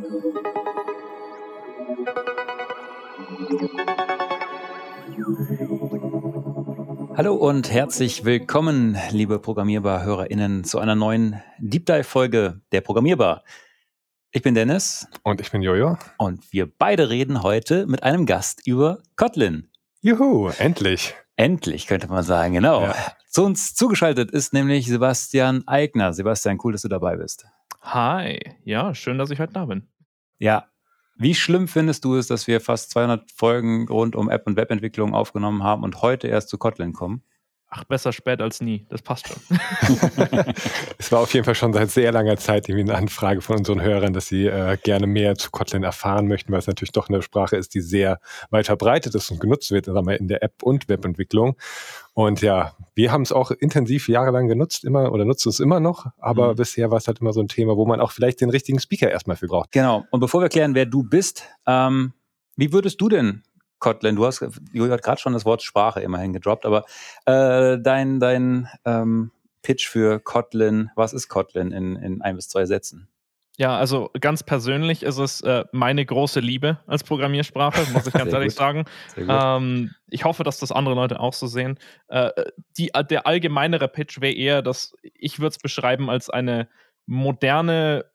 Hallo und herzlich willkommen, liebe Programmierbar-HörerInnen, zu einer neuen Deep Dive-Folge der Programmierbar. Ich bin Dennis. Und ich bin Jojo. Und wir beide reden heute mit einem Gast über Kotlin. Juhu, endlich. Endlich, könnte man sagen, genau. Ja. Zu uns zugeschaltet ist nämlich Sebastian Eigner. Sebastian, cool, dass du dabei bist. Hi, ja, schön, dass ich heute da bin. Ja, wie schlimm findest du es, dass wir fast 200 Folgen rund um App- und Webentwicklung aufgenommen haben und heute erst zu Kotlin kommen? Ach, besser spät als nie, das passt schon. Es war auf jeden Fall schon seit sehr langer Zeit irgendwie eine Anfrage von unseren Hörern, dass sie gerne mehr zu Kotlin erfahren möchten, weil es natürlich doch eine Sprache ist, die sehr weit verbreitet ist und genutzt wird, sagen wir, in der App- und Webentwicklung. Und ja, wir haben es auch intensiv jahrelang genutzt, immer oder nutzen es immer noch, aber bisher war es halt immer so ein Thema, wo man auch vielleicht den richtigen Speaker erstmal für braucht. Genau, und bevor wir klären, wer du bist, wie würdest du denn Kotlin, Julia hat gerade schon das Wort Sprache immerhin gedroppt, aber dein Pitch für Kotlin, was ist Kotlin in 1 bis 2 Sätzen? Ja, also ganz persönlich ist es meine große Liebe als Programmiersprache, muss ich ganz ehrlich sagen. Sehr gut. Ich hoffe, dass das andere Leute auch so sehen. Der allgemeinere Pitch wäre eher, dass ich würde es beschreiben als eine moderne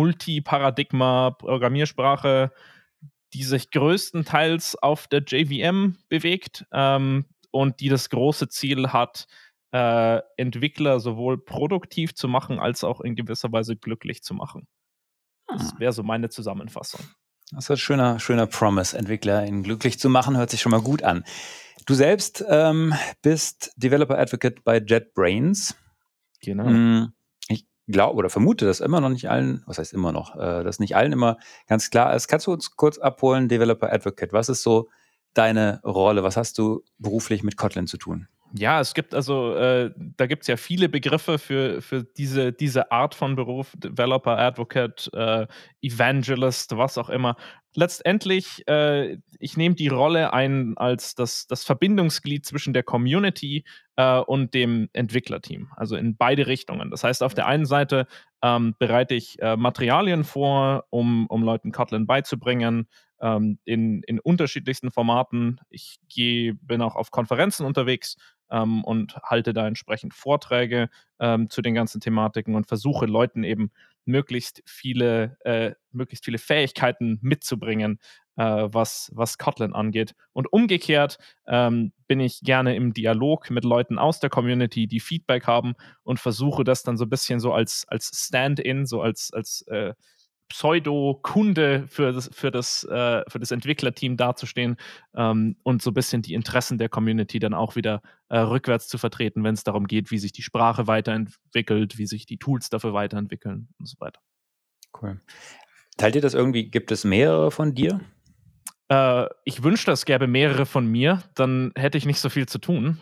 Multi-Paradigma-Programmiersprache, die sich größtenteils auf der JVM bewegt und die das große Ziel hat, Entwickler sowohl produktiv zu machen, als auch in gewisser Weise glücklich zu machen. Das wäre so meine Zusammenfassung. Das ist ein schöner Promise, Entwickler glücklich zu machen, hört sich schon mal gut an. Du selbst bist Developer Advocate bei JetBrains. Genau. Ich glaube oder vermute, dass immer noch nicht allen, was heißt immer noch, dass nicht allen immer ganz klar ist. Kannst du uns kurz abholen, Developer Advocate? Was ist so deine Rolle? Was hast du beruflich mit Kotlin zu tun? Ja, es gibt da gibt es ja viele Begriffe für diese Art von Beruf, Developer, Advocate, Evangelist, was auch immer. Letztendlich, ich nehme die Rolle ein als das Verbindungsglied zwischen der Community und dem Entwicklerteam, also in beide Richtungen. Das heißt, auf der einen Seite bereite ich Materialien vor, um Leuten Kotlin beizubringen, in unterschiedlichsten Formaten. Ich bin auch auf Konferenzen unterwegs und halte da entsprechend Vorträge zu den ganzen Thematiken und versuche Leuten eben möglichst viele Fähigkeiten mitzubringen, was Kotlin angeht. Und umgekehrt bin ich gerne im Dialog mit Leuten aus der Community, die Feedback haben und versuche das dann so ein bisschen so als Stand-in, so als Pseudo-Kunde für das Entwicklerteam dazustehen und so ein bisschen die Interessen der Community dann auch wieder rückwärts zu vertreten, wenn es darum geht, wie sich die Sprache weiterentwickelt, wie sich die Tools dafür weiterentwickeln und so weiter. Cool. Teilt ihr das irgendwie? Gibt es mehrere von dir? Ich wünschte, es gäbe mehrere von mir, dann hätte ich nicht so viel zu tun.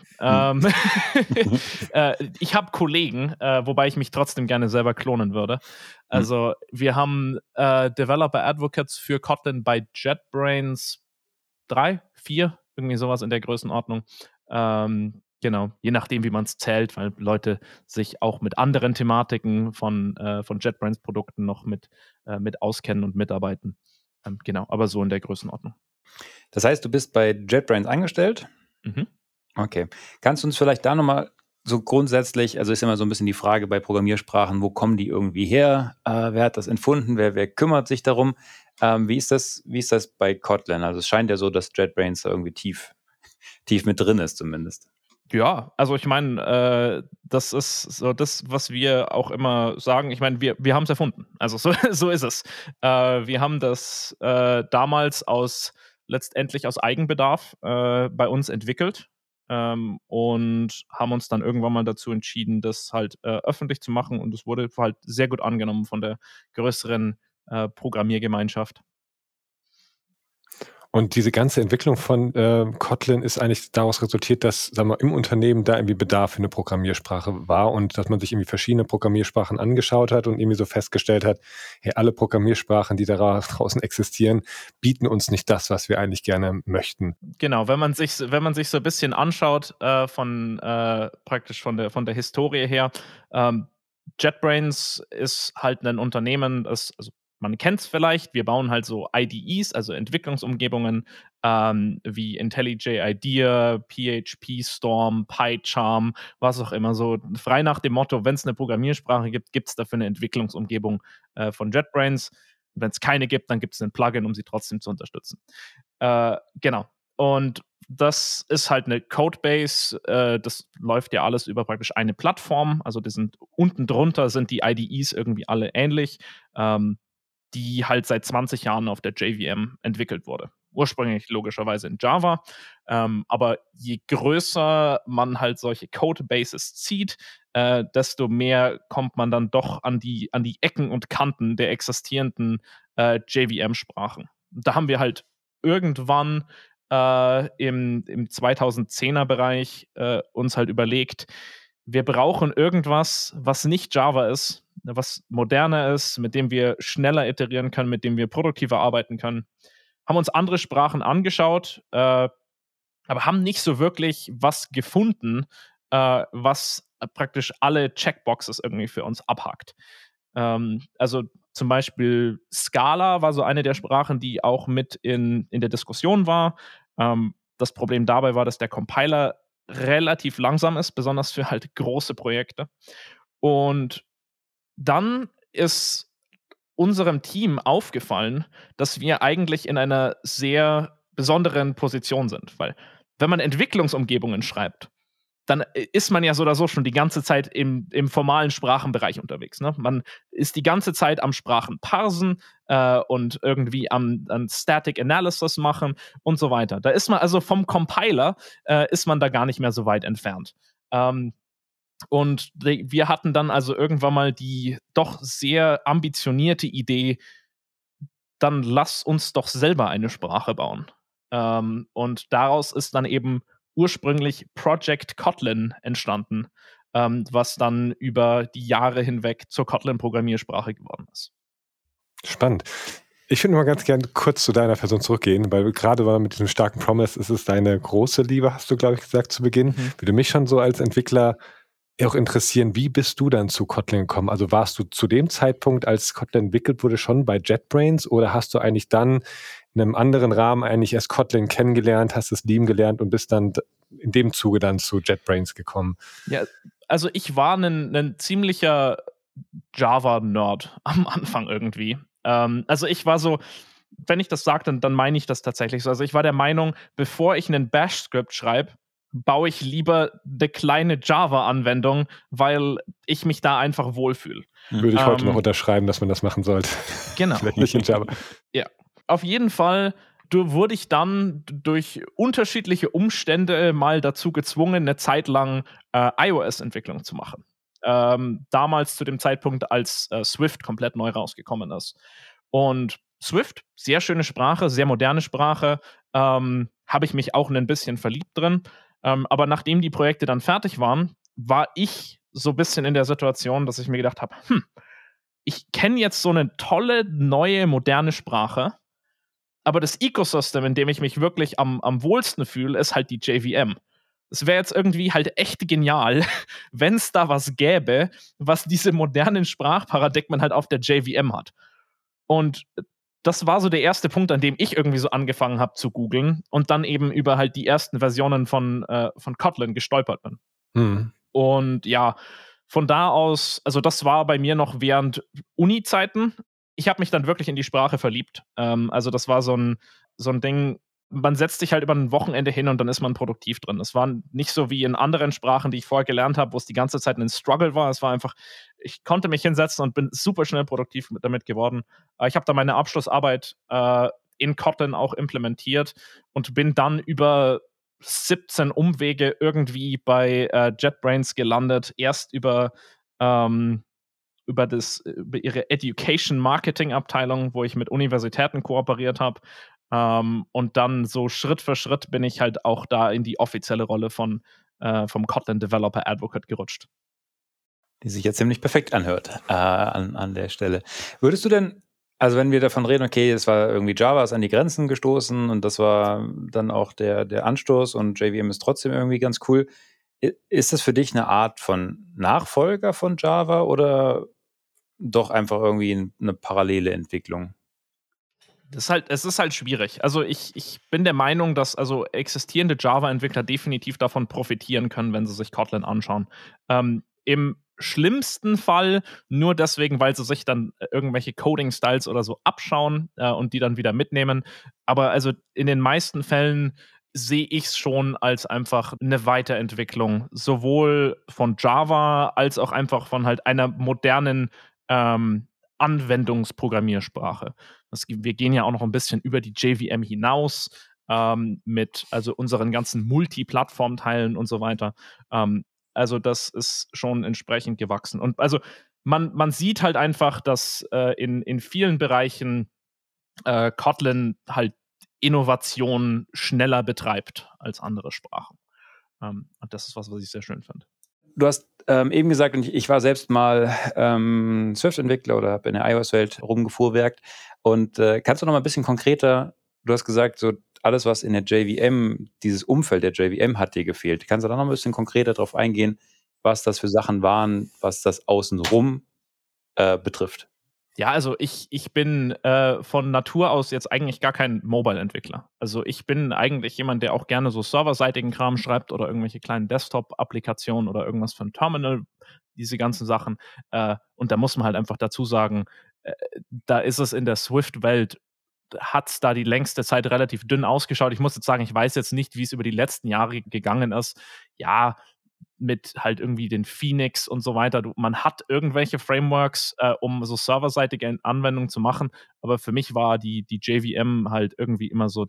Ich habe Kollegen, wobei ich mich trotzdem gerne selber klonen würde. Also wir haben Developer Advocates für Kotlin bei JetBrains 3, 4, irgendwie sowas in der Größenordnung. Genau, je nachdem, wie man es zählt, weil Leute sich auch mit anderen Thematiken von JetBrains-Produkten noch mit auskennen und mitarbeiten. Genau, aber so in der Größenordnung. Das heißt, du bist bei JetBrains angestellt? Mhm. Okay. Kannst du uns vielleicht da nochmal so grundsätzlich, also ist immer so ein bisschen die Frage bei Programmiersprachen, wo kommen die irgendwie her? Wer hat das entfunden? Wer kümmert sich darum? Wie ist das bei Kotlin? Also es scheint ja so, dass JetBrains da irgendwie tief mit drin ist zumindest. Ja, also ich meine, das ist so das, was wir auch immer sagen. Ich meine, wir haben es erfunden. Also so ist es. Wir haben das damals letztendlich aus Eigenbedarf bei uns entwickelt und haben uns dann irgendwann mal dazu entschieden, das halt öffentlich zu machen. Und es wurde halt sehr gut angenommen von der größeren Programmiergemeinschaft. Und diese ganze Entwicklung von Kotlin ist eigentlich daraus resultiert, dass, sagen wir, im Unternehmen da irgendwie Bedarf für eine Programmiersprache war und dass man sich irgendwie verschiedene Programmiersprachen angeschaut hat und irgendwie so festgestellt hat, hey, alle Programmiersprachen, die da draußen existieren, bieten uns nicht das, was wir eigentlich gerne möchten. Genau, wenn man sich so ein bisschen anschaut praktisch von der Historie her, JetBrains ist halt ein Unternehmen, das also Man kennt es vielleicht, wir bauen halt so IDEs, also Entwicklungsumgebungen, wie IntelliJ IDEA, PHP Storm, PyCharm, was auch immer. So frei nach dem Motto, wenn es eine Programmiersprache gibt, gibt es dafür eine Entwicklungsumgebung von JetBrains. Wenn es keine gibt, dann gibt es ein Plugin, um sie trotzdem zu unterstützen. Genau. Und das ist halt eine Codebase, das läuft ja alles über praktisch eine Plattform. Also unten drunter sind die IDEs irgendwie alle ähnlich, die halt seit 20 Jahren auf der JVM entwickelt wurde. Ursprünglich logischerweise in Java, aber je größer man halt solche Codebases zieht, desto mehr kommt man dann doch an die Ecken und Kanten der existierenden JVM-Sprachen. Da haben wir halt irgendwann im 2010er-Bereich uns halt überlegt, wir brauchen irgendwas, was nicht Java ist, was moderner ist, mit dem wir schneller iterieren können, mit dem wir produktiver arbeiten können. Haben uns andere Sprachen angeschaut, aber haben nicht so wirklich was gefunden, was praktisch alle Checkboxes irgendwie für uns abhakt. Also zum Beispiel Scala war so eine der Sprachen, die auch mit in der Diskussion war. Das Problem dabei war, dass der Compiler relativ langsam ist, besonders für halt große Projekte. Und dann ist unserem Team aufgefallen, dass wir eigentlich in einer sehr besonderen Position sind. Weil wenn man Entwicklungsumgebungen schreibt, dann ist man ja so oder so schon die ganze Zeit im formalen Sprachenbereich unterwegs. Ne? Man ist die ganze Zeit am Sprachenparsen und irgendwie an Static Analysis machen und so weiter. Da ist man also vom Compiler ist man da gar nicht mehr so weit entfernt. Und wir hatten dann also irgendwann mal die doch sehr ambitionierte Idee, dann lass uns doch selber eine Sprache bauen. Und daraus ist dann eben ursprünglich Project Kotlin entstanden, was dann über die Jahre hinweg zur Kotlin-Programmiersprache geworden ist. Spannend. Ich würde mal ganz gerne kurz zu deiner Person zurückgehen, weil gerade mit diesem starken Promise ist es deine große Liebe, hast du, glaube ich, gesagt zu Beginn. Würde mich schon so als Entwickler auch interessieren, wie bist du dann zu Kotlin gekommen? Also warst du zu dem Zeitpunkt, als Kotlin entwickelt wurde, schon bei JetBrains oder hast du eigentlich dann in einem anderen Rahmen eigentlich erst Kotlin kennengelernt, hast es lieben gelernt und bist dann in dem Zuge dann zu JetBrains gekommen? Ja, also ich war ein ziemlicher Java-Nerd am Anfang irgendwie. Also ich war so, wenn ich das sage, dann meine ich das tatsächlich so. Also ich war der Meinung, bevor ich einen Bash-Script schreibe, baue ich lieber eine kleine Java-Anwendung, weil ich mich da einfach wohlfühle. Würde ich heute noch unterschreiben, dass man das machen sollte. Genau. Vielleicht nicht in Java. Ja, auf jeden Fall wurde ich dann durch unterschiedliche Umstände mal dazu gezwungen, eine Zeit lang iOS-Entwicklung zu machen. Damals zu dem Zeitpunkt, als Swift komplett neu rausgekommen ist. Und Swift, sehr schöne Sprache, sehr moderne Sprache, habe ich mich auch ein bisschen verliebt drin. Aber nachdem die Projekte dann fertig waren, war ich so ein bisschen in der Situation, dass ich mir gedacht habe, ich kenne jetzt so eine tolle, neue, moderne Sprache, aber das Ecosystem, in dem ich mich wirklich am wohlsten fühle, ist halt die JVM. Es wäre jetzt irgendwie halt echt genial, wenn es da was gäbe, was diese modernen Sprachparadigmen halt auf der JVM hat. Und das war so der erste Punkt, an dem ich irgendwie so angefangen habe zu googeln und dann eben über halt die ersten Versionen von Kotlin gestolpert bin. Und ja, von da aus, also das war bei mir noch während Uni-Zeiten. Ich habe mich dann wirklich in die Sprache verliebt. Also das war so ein Ding, man setzt sich halt über ein Wochenende hin und dann ist man produktiv drin. Es war nicht so wie in anderen Sprachen, die ich vorher gelernt habe, wo es die ganze Zeit ein Struggle war. Es war einfach, ich konnte mich hinsetzen und bin super schnell produktiv damit geworden. Ich habe da meine Abschlussarbeit in Kotlin auch implementiert und bin dann über 17 Umwege irgendwie bei JetBrains gelandet. Erst über ihre Education-Marketing-Abteilung, wo ich mit Universitäten kooperiert habe. Und dann so Schritt für Schritt bin ich halt auch da in die offizielle Rolle vom Kotlin Developer Advocate gerutscht. Die sich ja ziemlich perfekt anhört an der Stelle. Würdest du denn, also wenn wir davon reden, okay, es war irgendwie Java ist an die Grenzen gestoßen und das war dann auch der Anstoß und JVM ist trotzdem irgendwie ganz cool. Ist das für dich eine Art von Nachfolger von Java oder doch einfach irgendwie eine parallele Entwicklung? Es ist halt schwierig. Also ich bin der Meinung, dass also existierende Java-Entwickler definitiv davon profitieren können, wenn sie sich Kotlin anschauen. Im schlimmsten Fall nur deswegen, weil sie sich dann irgendwelche Coding-Styles oder so abschauen und die dann wieder mitnehmen. Aber also in den meisten Fällen sehe ich es schon als einfach eine Weiterentwicklung, sowohl von Java als auch einfach von halt einer modernen Anwendungsprogrammiersprache. Wir gehen ja auch noch ein bisschen über die JVM hinaus mit also unseren ganzen Multiplattform-Teilen und so weiter. Also das ist schon entsprechend gewachsen. Und also man sieht halt einfach, dass in vielen Bereichen Kotlin halt Innovation schneller betreibt als andere Sprachen. Und das ist was ich sehr schön finde. Du hast eben gesagt, und ich war selbst mal Swift-Entwickler oder habe in der iOS-Welt rumgefuhrwerkt. Und kannst du noch mal ein bisschen konkreter, du hast gesagt, so alles, was in der JVM, dieses Umfeld der JVM hat dir gefehlt. Kannst du da noch ein bisschen konkreter drauf eingehen, was das für Sachen waren, was das Außenrum betrifft? Ja, also ich bin von Natur aus jetzt eigentlich gar kein Mobile-Entwickler. Also ich bin eigentlich jemand, der auch gerne so serverseitigen Kram schreibt oder irgendwelche kleinen Desktop-Applikationen oder irgendwas für ein Terminal, diese ganzen Sachen. Und da muss man halt einfach dazu sagen, da ist es in der Swift-Welt, hat es da die längste Zeit relativ dünn ausgeschaut. Ich muss jetzt sagen, ich weiß jetzt nicht, wie es über die letzten Jahre gegangen ist. Ja, mit halt irgendwie den Phoenix und so weiter. Man hat irgendwelche Frameworks, um so serverseitige Anwendungen zu machen, aber für mich war die JVM halt irgendwie immer so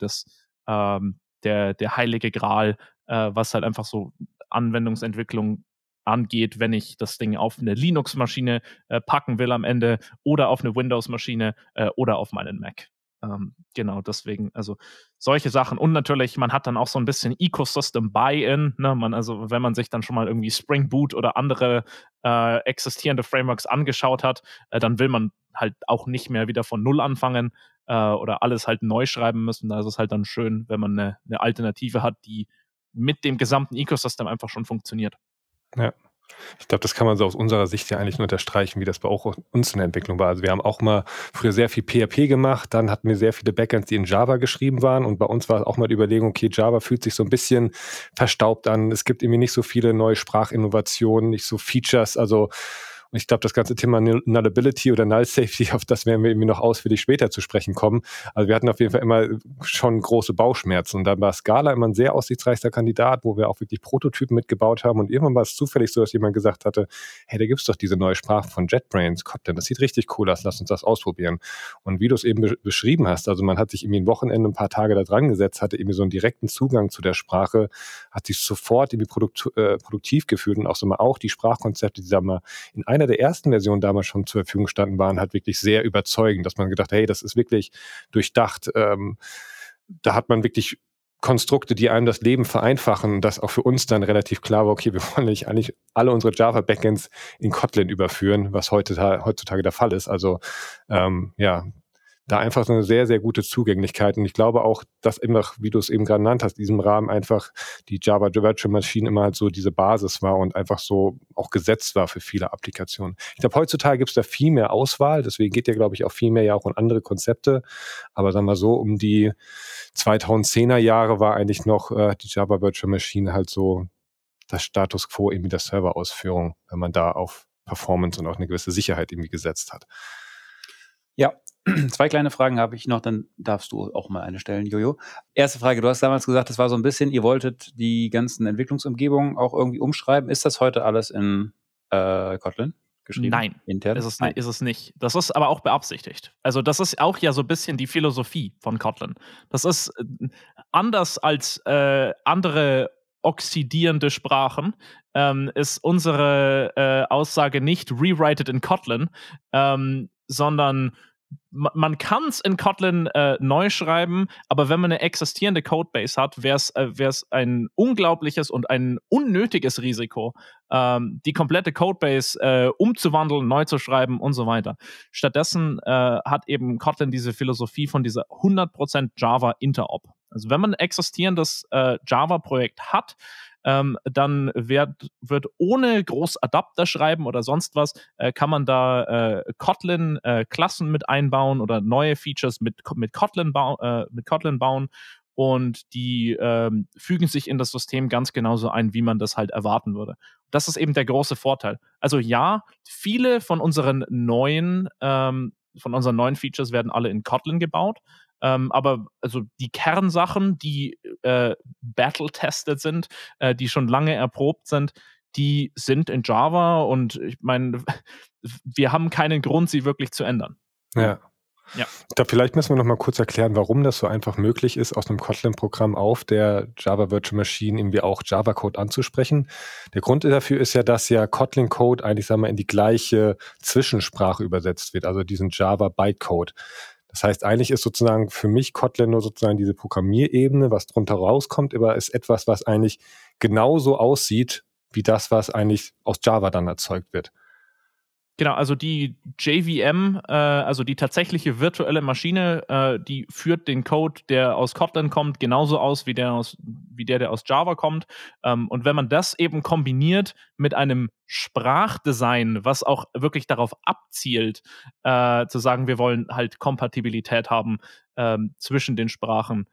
der heilige Gral, was halt einfach so Anwendungsentwicklung angeht, wenn ich das Ding auf eine Linux-Maschine packen will am Ende oder auf eine Windows-Maschine oder auf meinen Mac. Genau, deswegen, also solche Sachen. Und natürlich, man hat dann auch so ein bisschen Ecosystem Buy-in. Ne? Also, wenn man sich dann schon mal irgendwie Spring Boot oder andere existierende Frameworks angeschaut hat, dann will man halt auch nicht mehr wieder von Null anfangen oder alles halt neu schreiben müssen. Da ist es halt dann schön, wenn man eine Alternative hat, die mit dem gesamten Ecosystem einfach schon funktioniert. Ja. Ich glaube, das kann man so aus unserer Sicht ja eigentlich nur unterstreichen, wie das bei auch uns in der Entwicklung war. Also wir haben auch mal früher sehr viel PHP gemacht, dann hatten wir sehr viele Backends, die in Java geschrieben waren und bei uns war auch mal die Überlegung, okay, Java fühlt sich so ein bisschen verstaubt an. Es gibt irgendwie nicht so viele neue Sprachinnovationen, nicht so Features, also und ich glaube, das ganze Thema Nullability oder Null Safety, auf das werden wir irgendwie noch ausführlich später zu sprechen kommen. Also wir hatten auf jeden Fall immer schon große Bauchschmerzen. Und dann war Scala immer ein sehr aussichtsreicher Kandidat, wo wir auch wirklich Prototypen mitgebaut haben. Und irgendwann war es zufällig so, dass jemand gesagt hatte, hey, da gibt's doch diese neue Sprache von JetBrains, Kotlin, das sieht richtig cool aus, lass uns das ausprobieren. Und wie du es eben beschrieben hast, also man hat sich irgendwie ein Wochenende, ein paar Tage da dran gesetzt, hatte irgendwie so einen direkten Zugang zu der Sprache, hat sich sofort irgendwie produktiv gefühlt und auch so mal auch die Sprachkonzepte, die da mal in einer der ersten Versionen damals schon zur Verfügung standen, waren halt wirklich sehr überzeugend, dass man gedacht hat, hey, das ist wirklich durchdacht. Da hat man wirklich Konstrukte, die einem das Leben vereinfachen, dass auch für uns dann relativ klar war, okay, wir wollen nicht eigentlich alle unsere Java-Backends in Kotlin überführen, was heutzutage der Fall ist. Also da einfach so eine sehr, sehr gute Zugänglichkeit. Und ich glaube auch, dass immer, wie du es eben gerade genannt hast, in diesem Rahmen einfach die Java Virtual Machine immer halt so diese Basis war und einfach so auch gesetzt war für viele Applikationen. Ich glaube, heutzutage gibt es da viel mehr Auswahl, deswegen geht ja, glaube ich, auch viel mehr ja auch in andere Konzepte. Aber sagen wir so, um die 2010er Jahre war eigentlich noch die Java Virtual Machine halt so das Status quo irgendwie der Serverausführung, wenn man da auf Performance und auch eine gewisse Sicherheit irgendwie gesetzt hat. Ja, 2 kleine Fragen habe ich noch, dann darfst du auch mal eine stellen, Jojo. Erste Frage, du hast damals gesagt, das war so ein bisschen, ihr wolltet die ganzen Entwicklungsumgebungen auch irgendwie umschreiben. Ist das heute alles in Kotlin geschrieben? Nein, intern? ist es nicht. Das ist aber auch beabsichtigt. Also das ist auch ja so ein bisschen die Philosophie von Kotlin. Das ist anders als andere oxidierende Sprachen, ist unsere Aussage nicht rewrite it in Kotlin, sondern man kann es in Kotlin neu schreiben, aber wenn man eine existierende Codebase hat, wäre es ein unglaubliches und ein unnötiges Risiko, die komplette Codebase umzuwandeln, neu zu schreiben und so weiter. Stattdessen hat eben Kotlin diese Philosophie von dieser 100% Java Interop. Also wenn man ein existierendes Java-Projekt hat, dann wird ohne groß Adapter schreiben oder sonst was, kann man da Kotlin-Klassen mit einbauen oder neue Features mit Kotlin bauen. Und die fügen sich in das System ganz genauso ein, wie man das halt erwarten würde. Das ist eben der große Vorteil. Also ja, viele von unseren neuen Features werden alle in Kotlin gebaut. Aber also die Kernsachen, die battle-tested sind, die schon lange erprobt sind, die sind in Java. Und ich meine, wir haben keinen Grund, sie wirklich zu ändern. Ja. Da vielleicht müssen wir noch mal kurz erklären, warum das so einfach möglich ist, aus einem Kotlin-Programm auf der Java Virtual Machine irgendwie auch Java-Code anzusprechen. Der Grund dafür ist ja, dass ja Kotlin-Code eigentlich, sagen wir, in die gleiche Zwischensprache übersetzt wird, also diesen Java-Bytecode. Das heißt, eigentlich ist sozusagen für mich Kotlin nur sozusagen diese Programmierebene, was drunter rauskommt, aber ist etwas, was eigentlich genauso aussieht, wie das, was eigentlich aus Java dann erzeugt wird. Genau, also die JVM, also die tatsächliche virtuelle Maschine, die führt den Code, der aus Kotlin kommt, genauso aus wie der aus Java kommt. Und wenn man das eben kombiniert mit einem Sprachdesign, was auch wirklich darauf abzielt, zu sagen, wir wollen halt Kompatibilität haben zwischen den Sprachen,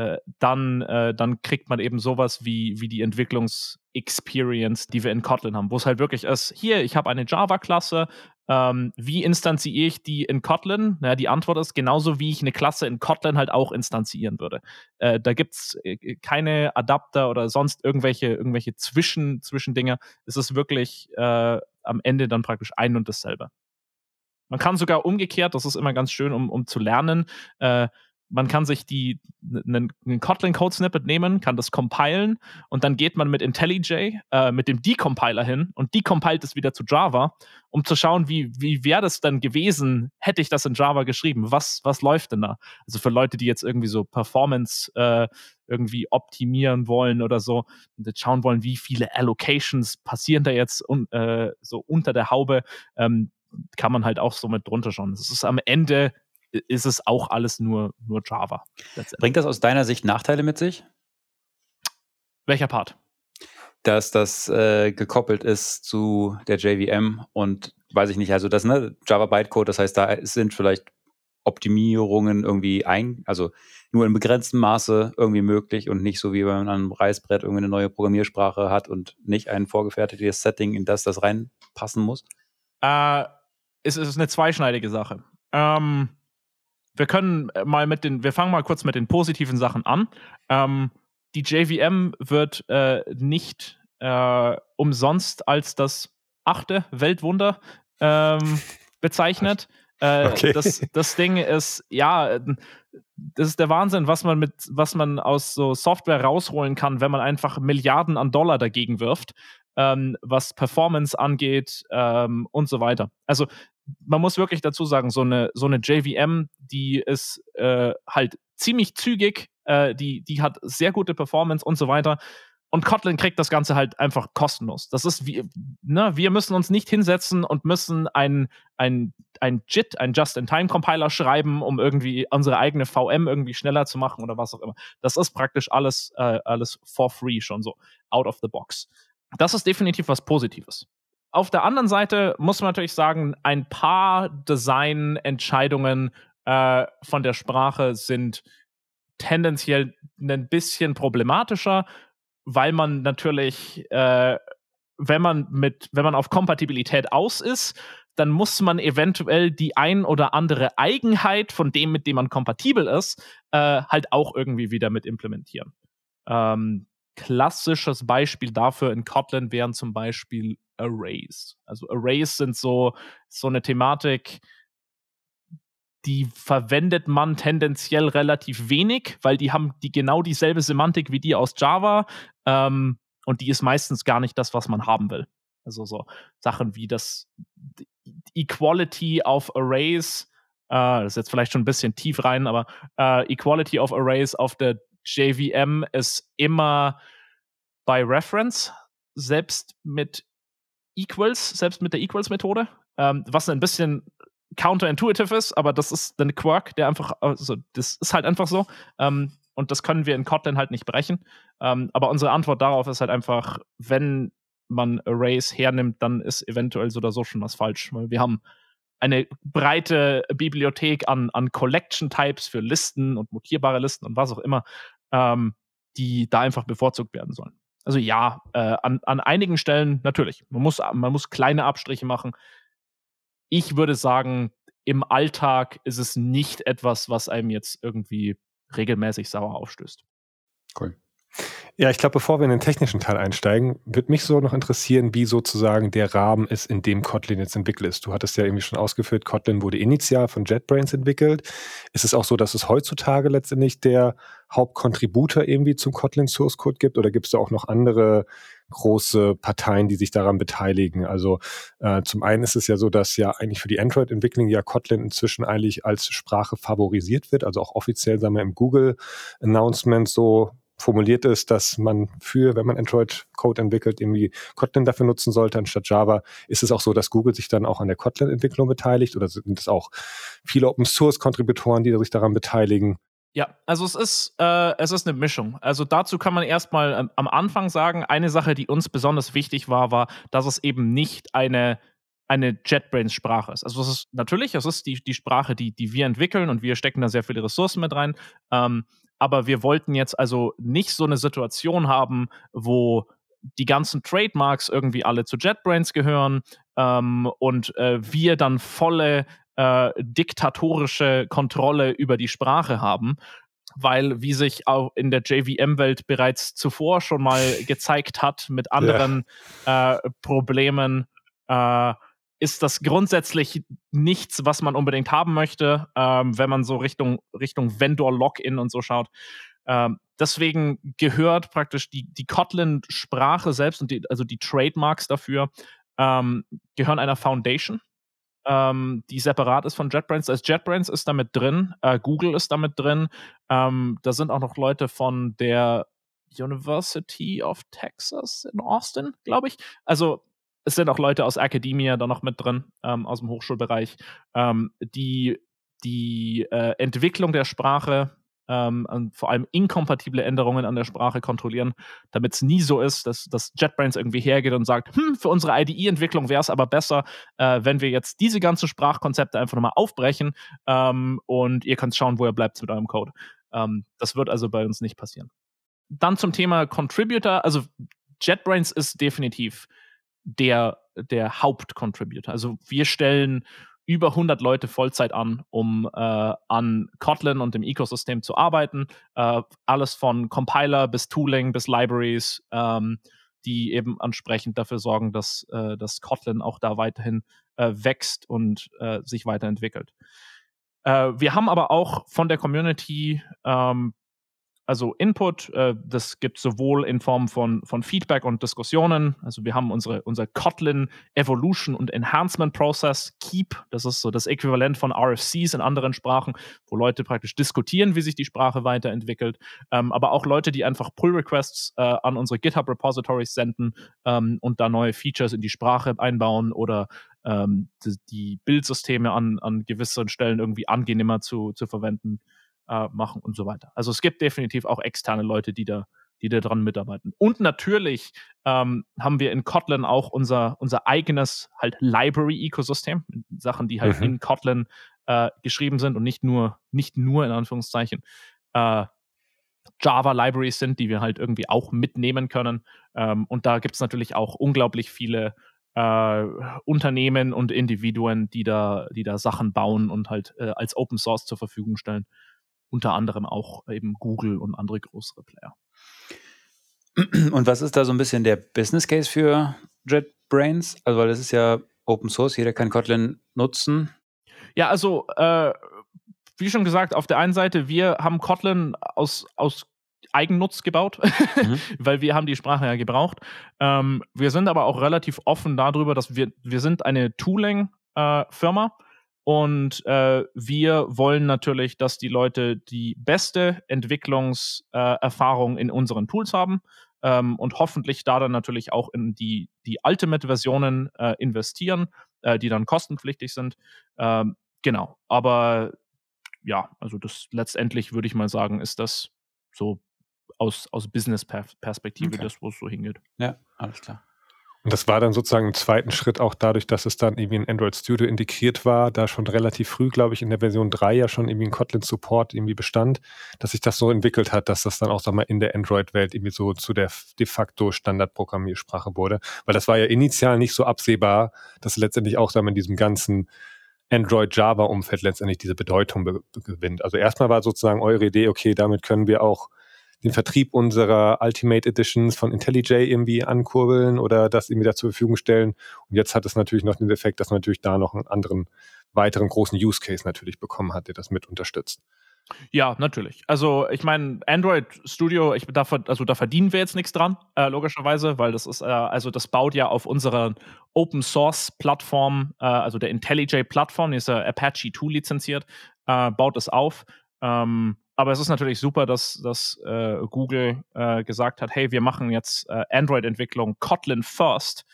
dann kriegt man eben sowas wie die Entwicklungsexperience, die wir in Kotlin haben, wo es halt wirklich ist, hier, ich habe eine Java-Klasse, wie instanziere ich die in Kotlin? Naja, die Antwort ist genauso, wie ich eine Klasse in Kotlin halt auch instanzieren würde. Da gibt es keine Adapter oder sonst irgendwelche Zwischendinge. Es ist wirklich am Ende dann praktisch ein und dasselbe. Man kann sogar umgekehrt, das ist immer ganz schön, um zu lernen, man kann sich einen Kotlin-Code-Snippet nehmen, kann das compilen und dann geht man mit IntelliJ, mit dem Decompiler hin und decompiled es wieder zu Java, um zu schauen, wie wäre das dann gewesen, hätte ich das in Java geschrieben? Was läuft denn da? Also für Leute, die jetzt irgendwie so Performance irgendwie optimieren wollen oder so und jetzt schauen wollen, wie viele Allocations passieren da jetzt so unter der Haube, kann man halt auch so mit drunter schauen. Das ist am Ende ist es auch alles nur Java. Bringt das aus deiner Sicht Nachteile mit sich? Welcher Part? Dass das gekoppelt ist zu der JVM und weiß ich nicht, also das Java Bytecode, das heißt, da sind vielleicht Optimierungen irgendwie also nur in begrenztem Maße irgendwie möglich und nicht so wie wenn man an einem Reißbrett irgendwie eine neue Programmiersprache hat und nicht ein vorgefertigtes Setting, in das reinpassen muss? Es ist eine zweischneidige Sache. Wir fangen mal kurz mit den positiven Sachen an. Die JVM wird nicht umsonst als das 8. Weltwunder bezeichnet. Okay. Das Ding ist, ja, das ist der Wahnsinn, was man aus so Software rausholen kann, wenn man einfach Milliarden an Dollar dagegen wirft, was Performance angeht und so weiter. Also man muss wirklich dazu sagen, so eine JVM, die ist halt ziemlich zügig, die hat sehr gute Performance und so weiter. Und Kotlin kriegt das Ganze halt einfach kostenlos. Das ist wir müssen uns nicht hinsetzen und müssen ein JIT, ein Just-in-Time-Compiler schreiben, um irgendwie unsere eigene VM irgendwie schneller zu machen oder was auch immer. Das ist praktisch alles for free schon so, out of the box. Das ist definitiv was Positives. Auf der anderen Seite muss man natürlich sagen, ein paar Designentscheidungen von der Sprache sind tendenziell ein bisschen problematischer, weil man natürlich, wenn man auf Kompatibilität aus ist, dann muss man eventuell die ein oder andere Eigenheit von dem, mit dem man kompatibel ist, halt auch irgendwie wieder mit implementieren. Klassisches Beispiel dafür in Kotlin wären zum Beispiel Arrays. Also Arrays sind so eine Thematik, die verwendet man tendenziell relativ wenig, weil die haben genau dieselbe Semantik wie die aus Java und die ist meistens gar nicht das, was man haben will. Also so Sachen wie das Equality of Arrays, das ist jetzt vielleicht schon ein bisschen tief rein, aber Equality of Arrays auf der JVM ist immer by Reference, selbst mit der Equals-Methode, was ein bisschen counterintuitive ist, aber das ist ein Quirk, der einfach, also das ist halt einfach so. Und und das können wir in Kotlin halt nicht brechen. Aber unsere Antwort darauf ist halt einfach, wenn man Arrays hernimmt, dann ist eventuell so oder so schon was falsch. Weil wir haben eine breite Bibliothek an Collection-Types für Listen und mutierbare Listen und was auch immer, die da einfach bevorzugt werden sollen. Also ja, an einigen Stellen natürlich. Man muss kleine Abstriche machen. Ich würde sagen, im Alltag ist es nicht etwas, was einem jetzt irgendwie regelmäßig sauer aufstößt. Cool. Ja, ich glaube, bevor wir in den technischen Teil einsteigen, würde mich so noch interessieren, wie sozusagen der Rahmen ist, in dem Kotlin jetzt entwickelt ist. Du hattest ja irgendwie schon ausgeführt, Kotlin wurde initial von JetBrains entwickelt. Ist es auch so, dass es heutzutage letztendlich der Hauptcontributor irgendwie zum Kotlin Source Code gibt, oder gibt es da auch noch andere große Parteien, die sich daran beteiligen? Also zum einen ist es ja so, dass ja eigentlich für die Android-Entwicklung ja Kotlin inzwischen eigentlich als Sprache favorisiert wird, also auch offiziell, sagen wir, im Google-Announcement so formuliert ist, dass man wenn man Android-Code entwickelt, irgendwie Kotlin dafür nutzen sollte anstatt Java. Ist es auch so, dass Google sich dann auch an der Kotlin-Entwicklung beteiligt, oder sind es auch viele Open-Source-Kontributoren, die sich daran beteiligen? Ja, also es ist eine Mischung. Also dazu kann man erstmal am Anfang sagen, eine Sache, die uns besonders wichtig war, dass es eben nicht eine JetBrains-Sprache ist. Also es ist die Sprache, die wir entwickeln, und wir stecken da sehr viele Ressourcen mit rein. Aber wir wollten jetzt also nicht so eine Situation haben, wo die ganzen Trademarks irgendwie alle zu JetBrains gehören, und wir dann volle diktatorische Kontrolle über die Sprache haben. Weil, wie sich auch in der JVM-Welt bereits zuvor schon mal gezeigt hat, mit anderen Problemen, ist das grundsätzlich nichts, was man unbedingt haben möchte, wenn man so Richtung Vendor-Login und so schaut. Deswegen gehört praktisch die Kotlin-Sprache selbst und die Trademarks dafür gehören einer Foundation, die separat ist von JetBrains. Also JetBrains ist damit drin, Google ist damit drin, da sind auch noch Leute von der University of Texas in Austin, glaube ich. Also es sind auch Leute aus Academia da noch mit drin, aus dem Hochschulbereich, die Entwicklung der Sprache und vor allem inkompatible Änderungen an der Sprache kontrollieren, damit es nie so ist, dass JetBrains irgendwie hergeht und sagt, für unsere IDE-Entwicklung wäre es aber besser, wenn wir jetzt diese ganzen Sprachkonzepte einfach nochmal aufbrechen, und ihr könnt schauen, wo ihr bleibt mit eurem Code. Das wird also bei uns nicht passieren. Dann zum Thema Contributor. Also JetBrains ist definitiv der Hauptcontributor. Also wir stellen über 100 Leute Vollzeit an, um an Kotlin und dem Ökosystem zu arbeiten. Alles von Compiler bis Tooling bis Libraries, die eben entsprechend dafür sorgen, dass Kotlin auch da weiterhin wächst und sich weiterentwickelt. Wir haben aber auch von der Community also Input, das gibt es sowohl in Form von Feedback und Diskussionen. Also wir haben unser Kotlin Evolution und Enhancement Process, KEEP. Das ist so das Äquivalent von RFCs in anderen Sprachen, wo Leute praktisch diskutieren, wie sich die Sprache weiterentwickelt. Aber auch Leute, die einfach Pull-Requests an unsere GitHub-Repositories senden und da neue Features in die Sprache einbauen oder die Bildsysteme an gewissen Stellen irgendwie angenehmer zu verwenden machen und so weiter. Also es gibt definitiv auch externe Leute, die da dran mitarbeiten. Und natürlich haben wir in Kotlin auch unser eigenes halt Library-Ecosystem, Sachen, die halt in Kotlin geschrieben sind und nicht nur in Anführungszeichen Java-Libraries sind, die wir halt irgendwie auch mitnehmen können. Und da gibt es natürlich auch unglaublich viele Unternehmen und Individuen, die da Sachen bauen und halt als Open Source zur Verfügung stellen. Unter anderem auch eben Google und andere größere Player. Und was ist da so ein bisschen der Business Case für JetBrains? Also, weil das ist ja Open Source, jeder kann Kotlin nutzen. Ja, also, wie schon gesagt, auf der einen Seite, wir haben Kotlin aus Eigennutz gebaut, weil wir haben die Sprache ja gebraucht. Wir sind aber auch relativ offen darüber, dass wir sind eine Tooling-Firma. Und wir wollen natürlich, dass die Leute die beste Entwicklungserfahrung in unseren Tools haben und hoffentlich da dann natürlich auch in die Ultimate-Versionen investieren, die dann kostenpflichtig sind. Genau, aber ja, also das letztendlich würde ich mal sagen, ist das so aus Business-Perspektive Okay. das, wo es so hingeht. Ja, alles klar. Und das war dann sozusagen im zweiten Schritt auch dadurch, dass es dann irgendwie in Android Studio integriert war, da schon relativ früh, glaube ich, in der Version 3 ja schon irgendwie ein Kotlin-Support irgendwie bestand, dass sich das so entwickelt hat, dass das dann auch, sag mal, in der Android-Welt irgendwie so zu der de facto Standardprogrammiersprache wurde. Weil das war ja initial nicht so absehbar, dass letztendlich auch, sagen wir, in diesem ganzen Android-Java-Umfeld letztendlich diese Bedeutung gewinnt. Also erstmal war sozusagen eure Idee, okay, damit können wir auch den Vertrieb unserer Ultimate Editions von IntelliJ irgendwie ankurbeln oder das irgendwie da zur Verfügung stellen. Und jetzt hat es natürlich noch den Effekt, dass man natürlich da noch einen anderen, weiteren großen Use Case natürlich bekommen hat, der das mit unterstützt. Ja, natürlich. Also ich meine, Android Studio, da verdienen wir jetzt nichts dran, logischerweise, weil das ist, das baut ja auf unserer Open Source Plattform, also der IntelliJ-Plattform, die ist ja Apache 2 lizenziert, baut es auf. Aber es ist natürlich super, dass Google gesagt hat, hey, wir machen jetzt Android-Entwicklung Kotlin first,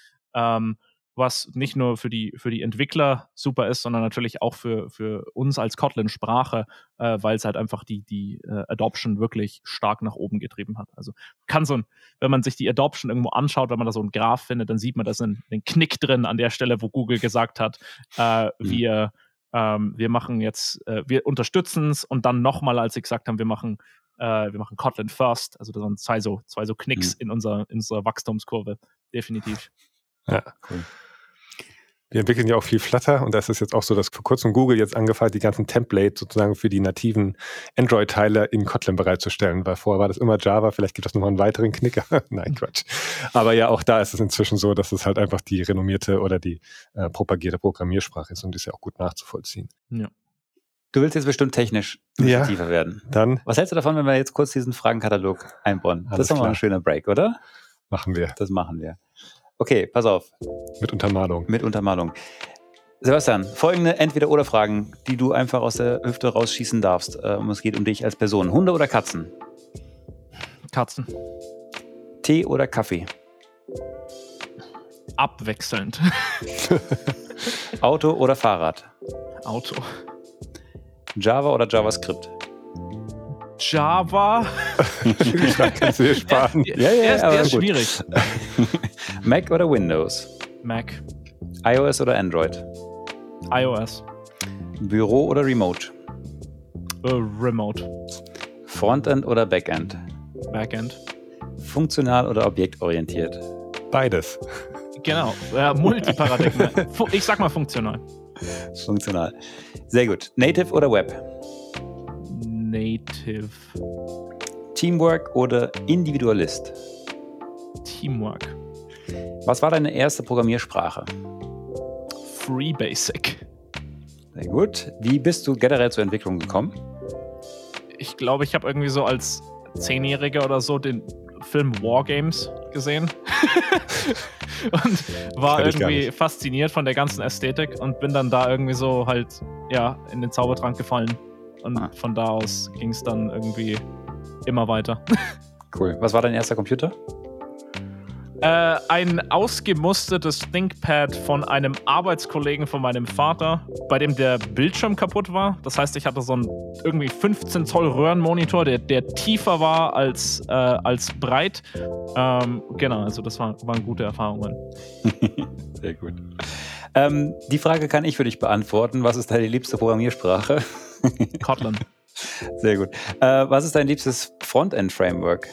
was nicht nur für die Entwickler super ist, sondern natürlich auch für uns als Kotlin-Sprache, weil es halt einfach die Adoption wirklich stark nach oben getrieben hat. Also wenn man sich die Adoption irgendwo anschaut, wenn man da so einen Graph findet, dann sieht man, da ist ein Knick drin an der Stelle, wo Google gesagt hat, wir machen jetzt, wir unterstützen es, und dann nochmal, als sie gesagt haben, wir machen Kotlin first, also da sind zwei so Knicks in unserer Wachstumskurve, definitiv. Ja, cool. Wir entwickeln ja auch viel Flutter, und das ist jetzt auch so, dass vor kurzem Google jetzt angefangen hat, die ganzen Templates sozusagen für die nativen Android-Teile in Kotlin bereitzustellen, weil vorher war das immer Java, vielleicht gibt es nochmal einen weiteren Knicker. Nein, Quatsch. Aber ja, auch da ist es inzwischen so, dass es halt einfach die renommierte oder die propagierte Programmiersprache ist, und die ist ja auch gut nachzuvollziehen. Ja. Du willst jetzt bestimmt technisch tiefer werden. Dann. Was hältst du davon, wenn wir jetzt kurz diesen Fragenkatalog einbauen? Das ist doch mal ein schöner Break, oder? Machen wir. Das machen wir. Okay, pass auf. Mit Untermalung. Sebastian, folgende Entweder-oder-Fragen, die du einfach aus der Hüfte rausschießen darfst. Es geht um dich als Person. Hunde oder Katzen? Katzen. Tee oder Kaffee? Abwechselnd. Auto oder Fahrrad? Auto. Java oder JavaScript? Java. Kannst du dir sparen. Der ist schwierig. Mac oder Windows? Mac. iOS oder Android? iOS. Büro oder Remote? Remote. Frontend oder Backend? Backend. Funktional oder objektorientiert? Beides. Genau. Multiparadigma. Ich sag mal funktional. Funktional. Sehr gut. Native oder Web? Native. Teamwork oder Individualist? Teamwork. Was war deine erste Programmiersprache? Free Basic. Sehr gut. Wie bist du generell zur Entwicklung gekommen? Ich glaube, ich habe irgendwie so als 10-Jähriger oder so den Film Wargames gesehen und war irgendwie fasziniert von der ganzen Ästhetik und bin dann da irgendwie so halt, in den Zaubertrank gefallen. Und von da aus ging es dann irgendwie immer weiter. Cool. Was war dein erster Computer? Ein ausgemustertes ThinkPad von einem Arbeitskollegen von meinem Vater, bei dem der Bildschirm kaputt war. Das heißt, ich hatte so einen irgendwie 15 Zoll Röhrenmonitor, der tiefer war als breit. Genau, also das waren gute Erfahrungen. Sehr gut. Die Frage kann ich für dich beantworten. Was ist deine liebste Programmiersprache? Kotlin. Sehr gut. Was ist dein liebstes Frontend-Framework?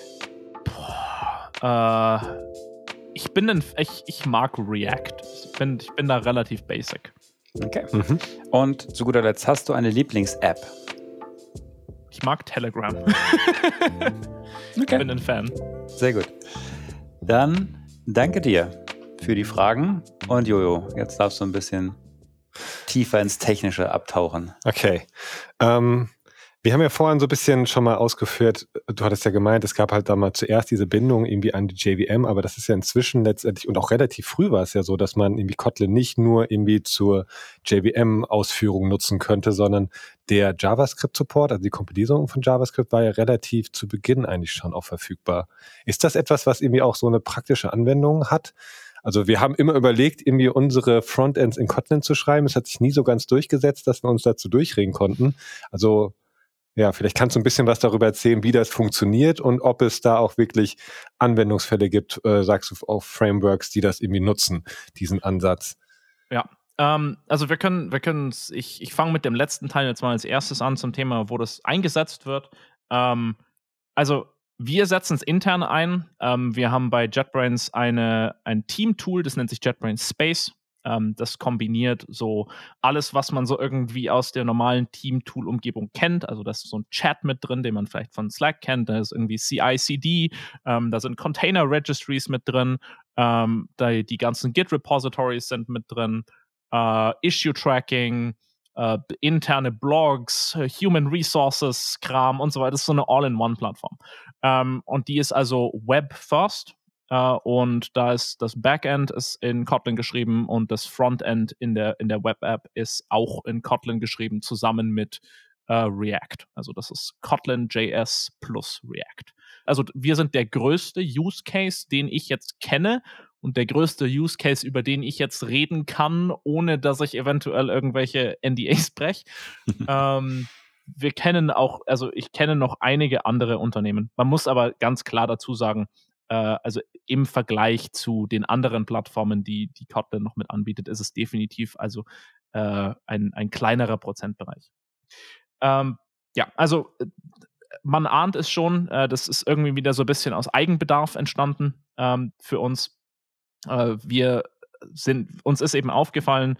Ich mag React. Ich bin da relativ basic. Okay. Mhm. Und zu guter Letzt, hast du eine Lieblings-App? Ich mag Telegram. Okay. Ich bin ein Fan. Sehr gut. Dann danke dir für die Fragen. Und Jojo, jetzt darfst du ein bisschen tiefer ins Technische abtauchen. Okay. Wir haben ja vorhin so ein bisschen schon mal ausgeführt, du hattest ja gemeint, es gab halt da mal zuerst diese Bindung irgendwie an die JVM, aber das ist ja inzwischen letztendlich, und auch relativ früh war es ja so, dass man irgendwie Kotlin nicht nur irgendwie zur JVM-Ausführung nutzen könnte, sondern der JavaScript-Support, also die Kompilierung von JavaScript, war ja relativ zu Beginn eigentlich schon auch verfügbar. Ist das etwas, was irgendwie auch so eine praktische Anwendung hat? Also wir haben immer überlegt, irgendwie unsere Frontends in Kotlin zu schreiben. Es hat sich nie so ganz durchgesetzt, dass wir uns dazu durchreden konnten. Also Ja, vielleicht kannst du ein bisschen was darüber erzählen, wie das funktioniert und ob es da auch wirklich Anwendungsfälle gibt, sagst du, auf Frameworks, die das irgendwie nutzen, diesen Ansatz. Ja, also ich fange mit dem letzten Teil jetzt mal als erstes an zum Thema, wo das eingesetzt wird. Also wir setzen es intern ein. Wir haben bei JetBrains ein Team-Tool, das nennt sich JetBrains Space. Das kombiniert so alles, was man so irgendwie aus der normalen Team-Tool-Umgebung kennt. Also da ist so ein Chat mit drin, den man vielleicht von Slack kennt. Da ist irgendwie CI/CD, da sind Container-Registries mit drin, die ganzen Git-Repositories sind mit drin, Issue-Tracking, interne Blogs, Human Resources, Kram und so weiter. Das ist so eine All-in-One-Plattform. Und die ist also Web-first. Und da ist das Backend ist in Kotlin geschrieben und das Frontend in der Web-App ist auch in Kotlin geschrieben, zusammen mit React. Also das ist Kotlin.js plus React. Also wir sind der größte Use Case, den ich jetzt kenne und der größte Use Case, über den ich jetzt reden kann, ohne dass ich eventuell irgendwelche NDAs breche. Wir kennen auch, also ich kenne noch einige andere Unternehmen. Man muss aber ganz klar dazu sagen, also im Vergleich zu den anderen Plattformen, die Kotlin noch mit anbietet, ist es definitiv also ein kleinerer Prozentbereich. Ja, also man ahnt es schon, das ist irgendwie wieder so ein bisschen aus Eigenbedarf entstanden für uns. Uns ist eben aufgefallen,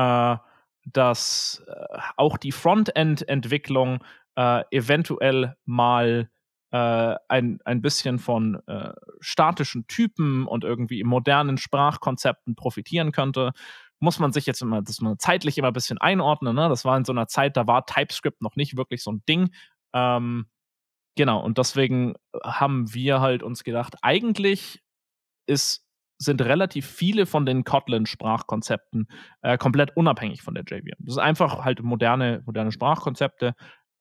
dass auch die Frontend-Entwicklung eventuell mal ein bisschen von statischen Typen und irgendwie modernen Sprachkonzepten profitieren könnte. Muss man sich jetzt immer, das mal zeitlich immer ein bisschen einordnen. Ne? Das war in so einer Zeit, da war TypeScript noch nicht wirklich so ein Ding. Genau, und deswegen haben wir halt uns gedacht, eigentlich sind relativ viele von den Kotlin-Sprachkonzepten komplett unabhängig von der JVM. Das ist einfach halt moderne Sprachkonzepte.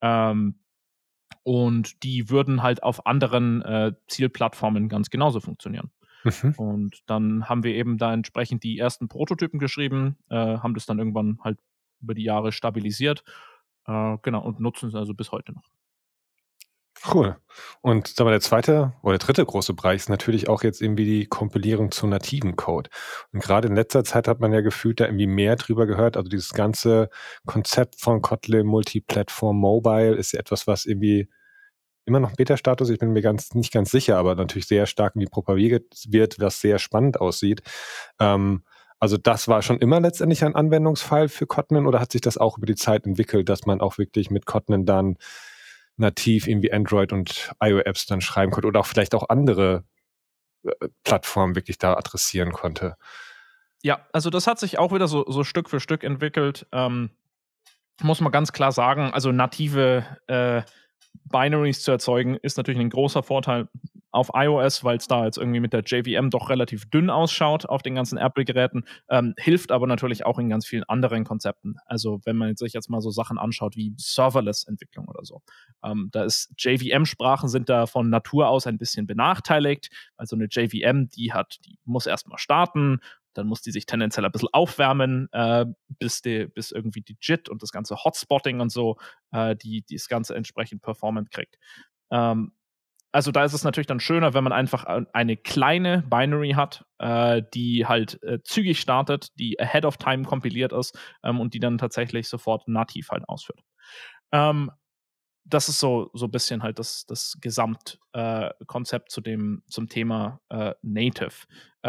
Und die würden halt auf anderen Zielplattformen ganz genauso funktionieren. Und dann haben wir eben da entsprechend die ersten Prototypen geschrieben, haben das dann irgendwann halt über die Jahre stabilisiert, genau, und nutzen es also bis heute noch. Cool. Und sagen wir, der zweite oder dritte große Bereich ist natürlich auch jetzt irgendwie die Kompilierung zu nativen Code. Und gerade in letzter Zeit hat man ja gefühlt da irgendwie mehr drüber gehört. Also dieses ganze Konzept von Kotlin Multiplatform Mobile ist ja etwas, was irgendwie immer noch Beta-Status, ich bin mir nicht ganz sicher, aber natürlich sehr stark irgendwie propagiert wird, was sehr spannend aussieht. Also das war schon immer letztendlich ein Anwendungsfall für Kotlin oder hat sich das auch über die Zeit entwickelt, dass man auch wirklich mit Kotlin dann nativ irgendwie Android und iOS dann schreiben konnte oder auch vielleicht auch andere Plattformen wirklich da adressieren konnte? Ja, also das hat sich auch wieder so Stück für Stück entwickelt. Muss man ganz klar sagen, also native Binaries zu erzeugen, ist natürlich ein großer Vorteil auf iOS, weil es da jetzt irgendwie mit der JVM doch relativ dünn ausschaut auf den ganzen Apple-Geräten, hilft aber natürlich auch in ganz vielen anderen Konzepten. Also wenn man sich jetzt mal so Sachen anschaut wie Serverless-Entwicklung oder so. Da ist JVM-Sprachen sind da von Natur aus ein bisschen benachteiligt. Also eine JVM, die muss erstmal starten, dann muss die sich tendenziell ein bisschen aufwärmen, bis irgendwie die JIT und das ganze Hotspotting und so die das Ganze entsprechend performant kriegt. Also da ist es natürlich dann schöner, wenn man einfach eine kleine Binary hat, die halt zügig startet, die ahead of time kompiliert ist und die dann tatsächlich sofort nativ halt ausführt. Das ist so ein bisschen halt das Gesamtkonzept zum Thema Native.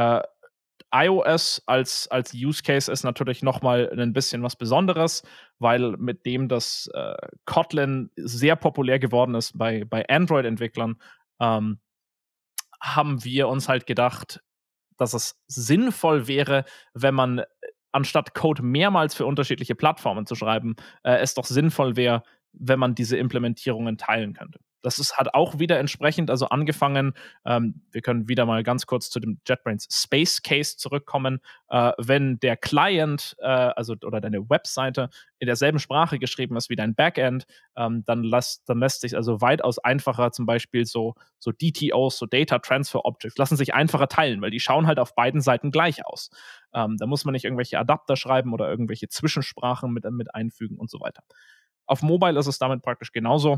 iOS als Use Case ist natürlich nochmal ein bisschen was Besonderes, weil mit dem das Kotlin sehr populär geworden ist bei Android-Entwicklern, haben wir uns halt gedacht, dass es sinnvoll wäre, wenn man anstatt Code mehrmals für unterschiedliche Plattformen zu schreiben, es doch sinnvoll wäre, wenn man diese Implementierungen teilen könnte. Das hat auch wieder entsprechend, also angefangen, wir können wieder mal ganz kurz zu dem JetBrains Space Case zurückkommen. Wenn der Client, oder deine Webseite in derselben Sprache geschrieben ist wie dein Backend, dann lässt sich also weitaus einfacher zum Beispiel so DTOs, so Data Transfer Objects, lassen sich einfacher teilen, weil die schauen halt auf beiden Seiten gleich aus. Da muss man nicht irgendwelche Adapter schreiben oder irgendwelche Zwischensprachen mit einfügen und so weiter. Auf Mobile ist es damit praktisch genauso.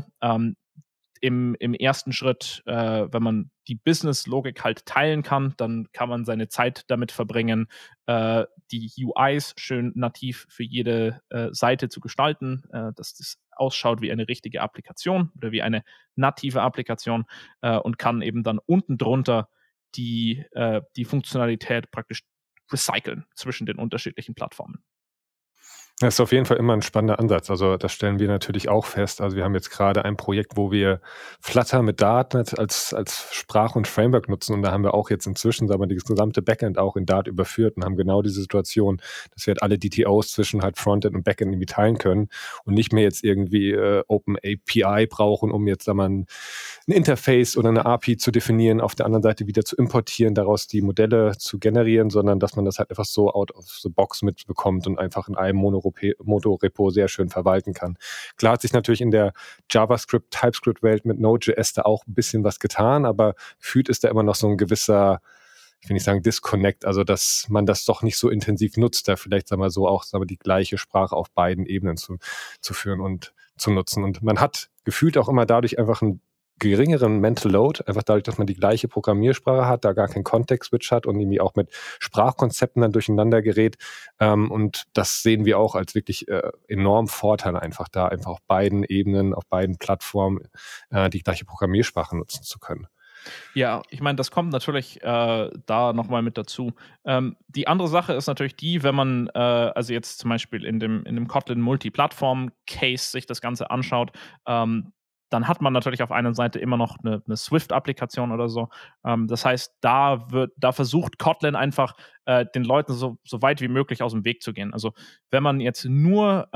Im ersten Schritt, wenn man die Business-Logik halt teilen kann, dann kann man seine Zeit damit verbringen, die UIs schön nativ für jede Seite zu gestalten, dass das ausschaut wie eine richtige Applikation oder wie eine native Applikation und kann eben dann unten drunter die Funktionalität praktisch recyceln zwischen den unterschiedlichen Plattformen. Das ist auf jeden Fall immer ein spannender Ansatz. Also das stellen wir natürlich auch fest. Also wir haben jetzt gerade ein Projekt, wo wir Flutter mit Dart als Sprache und Framework nutzen. Und da haben wir auch jetzt inzwischen, sagen wir, das gesamte Backend auch in Dart überführt und haben genau diese Situation, dass wir halt alle DTOs zwischen halt Frontend und Backend irgendwie teilen können und nicht mehr jetzt irgendwie Open API brauchen, um jetzt, sagen wir, ein Interface oder eine API zu definieren, auf der anderen Seite wieder zu importieren, daraus die Modelle zu generieren, sondern dass man das halt einfach so out of the box mitbekommt und einfach in einem Monorepo sehr schön verwalten kann. Klar hat sich natürlich in der JavaScript, TypeScript-Welt mit Node.js da auch ein bisschen was getan, aber gefühlt ist da immer noch so ein gewisser, ich will nicht sagen Disconnect, also dass man das doch nicht so intensiv nutzt, da vielleicht, sagen wir so, auch die gleiche Sprache auf beiden Ebenen zu führen und zu nutzen. Und man hat gefühlt auch immer dadurch einfach einen geringeren Mental Load, einfach dadurch, dass man die gleiche Programmiersprache hat, da gar keinen Context-Switch hat und irgendwie auch mit Sprachkonzepten dann durcheinander gerät. Und das sehen wir auch als wirklich enormen Vorteil einfach da, einfach auf beiden Ebenen, auf beiden Plattformen die gleiche Programmiersprache nutzen zu können. Ja, ich meine, das kommt natürlich da nochmal mit dazu. Die andere Sache ist natürlich die, wenn man also jetzt zum Beispiel in dem Kotlin Multiplattform-Case sich das Ganze anschaut, dann hat man natürlich auf einer Seite immer noch eine Swift-Applikation oder so. Das heißt, da versucht Kotlin einfach den Leuten so weit wie möglich aus dem Weg zu gehen. Also wenn man jetzt nur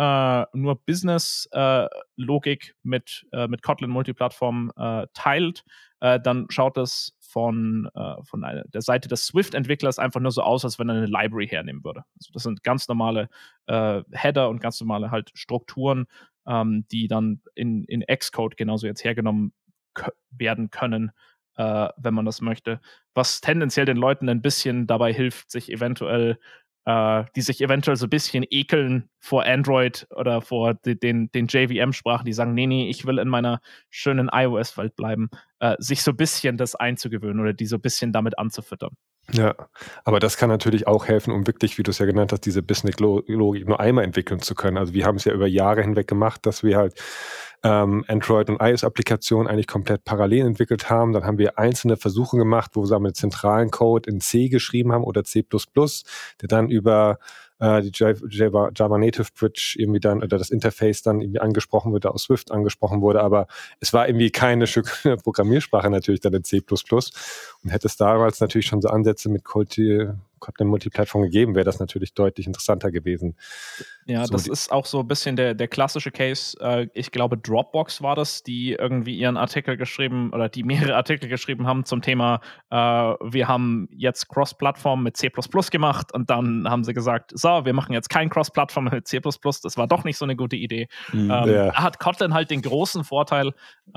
Business-Logik mit Kotlin Multiplattform teilt, dann schaut das von der Seite des Swift-Entwicklers einfach nur so aus, als wenn er eine Library hernehmen würde. Also das sind ganz normale Header und ganz normale halt Strukturen, die dann in Xcode genauso jetzt hergenommen werden können, wenn man das möchte. Was tendenziell den Leuten ein bisschen dabei hilft, die sich eventuell so ein bisschen ekeln vor Android oder vor den JVM-Sprachen, die sagen, nee, ich will in meiner schönen iOS-Welt bleiben, sich so ein bisschen das einzugewöhnen oder die so ein bisschen damit anzufüttern. Ja, aber das kann natürlich auch helfen, um wirklich, wie du es ja genannt hast, diese Business-Logik nur einmal entwickeln zu können. Also wir haben es ja über Jahre hinweg gemacht, dass wir halt Android- und iOS-Applikationen eigentlich komplett parallel entwickelt haben. Dann haben wir einzelne Versuche gemacht, wo wir mit zentralen Code in C geschrieben haben oder C++, der dann über die Java Native Bridge irgendwie dann, oder das Interface dann irgendwie angesprochen wurde, aus Swift angesprochen wurde, aber es war irgendwie keine schöne Programmiersprache natürlich dann in C++ und hätte es damals natürlich schon so Ansätze mit Kotlin Multiplattform gegeben, wäre das natürlich deutlich interessanter gewesen. Ja, so das ist auch so ein bisschen der klassische Case. Ich glaube, Dropbox war das, die irgendwie ihren Artikel geschrieben oder die mehrere Artikel geschrieben haben zum Thema, wir haben jetzt Cross-Plattform mit C++ gemacht und dann haben sie gesagt, so, wir machen jetzt kein Cross-Plattform mit C++, das war doch nicht so eine gute Idee. Da hat Kotlin halt den großen Vorteil,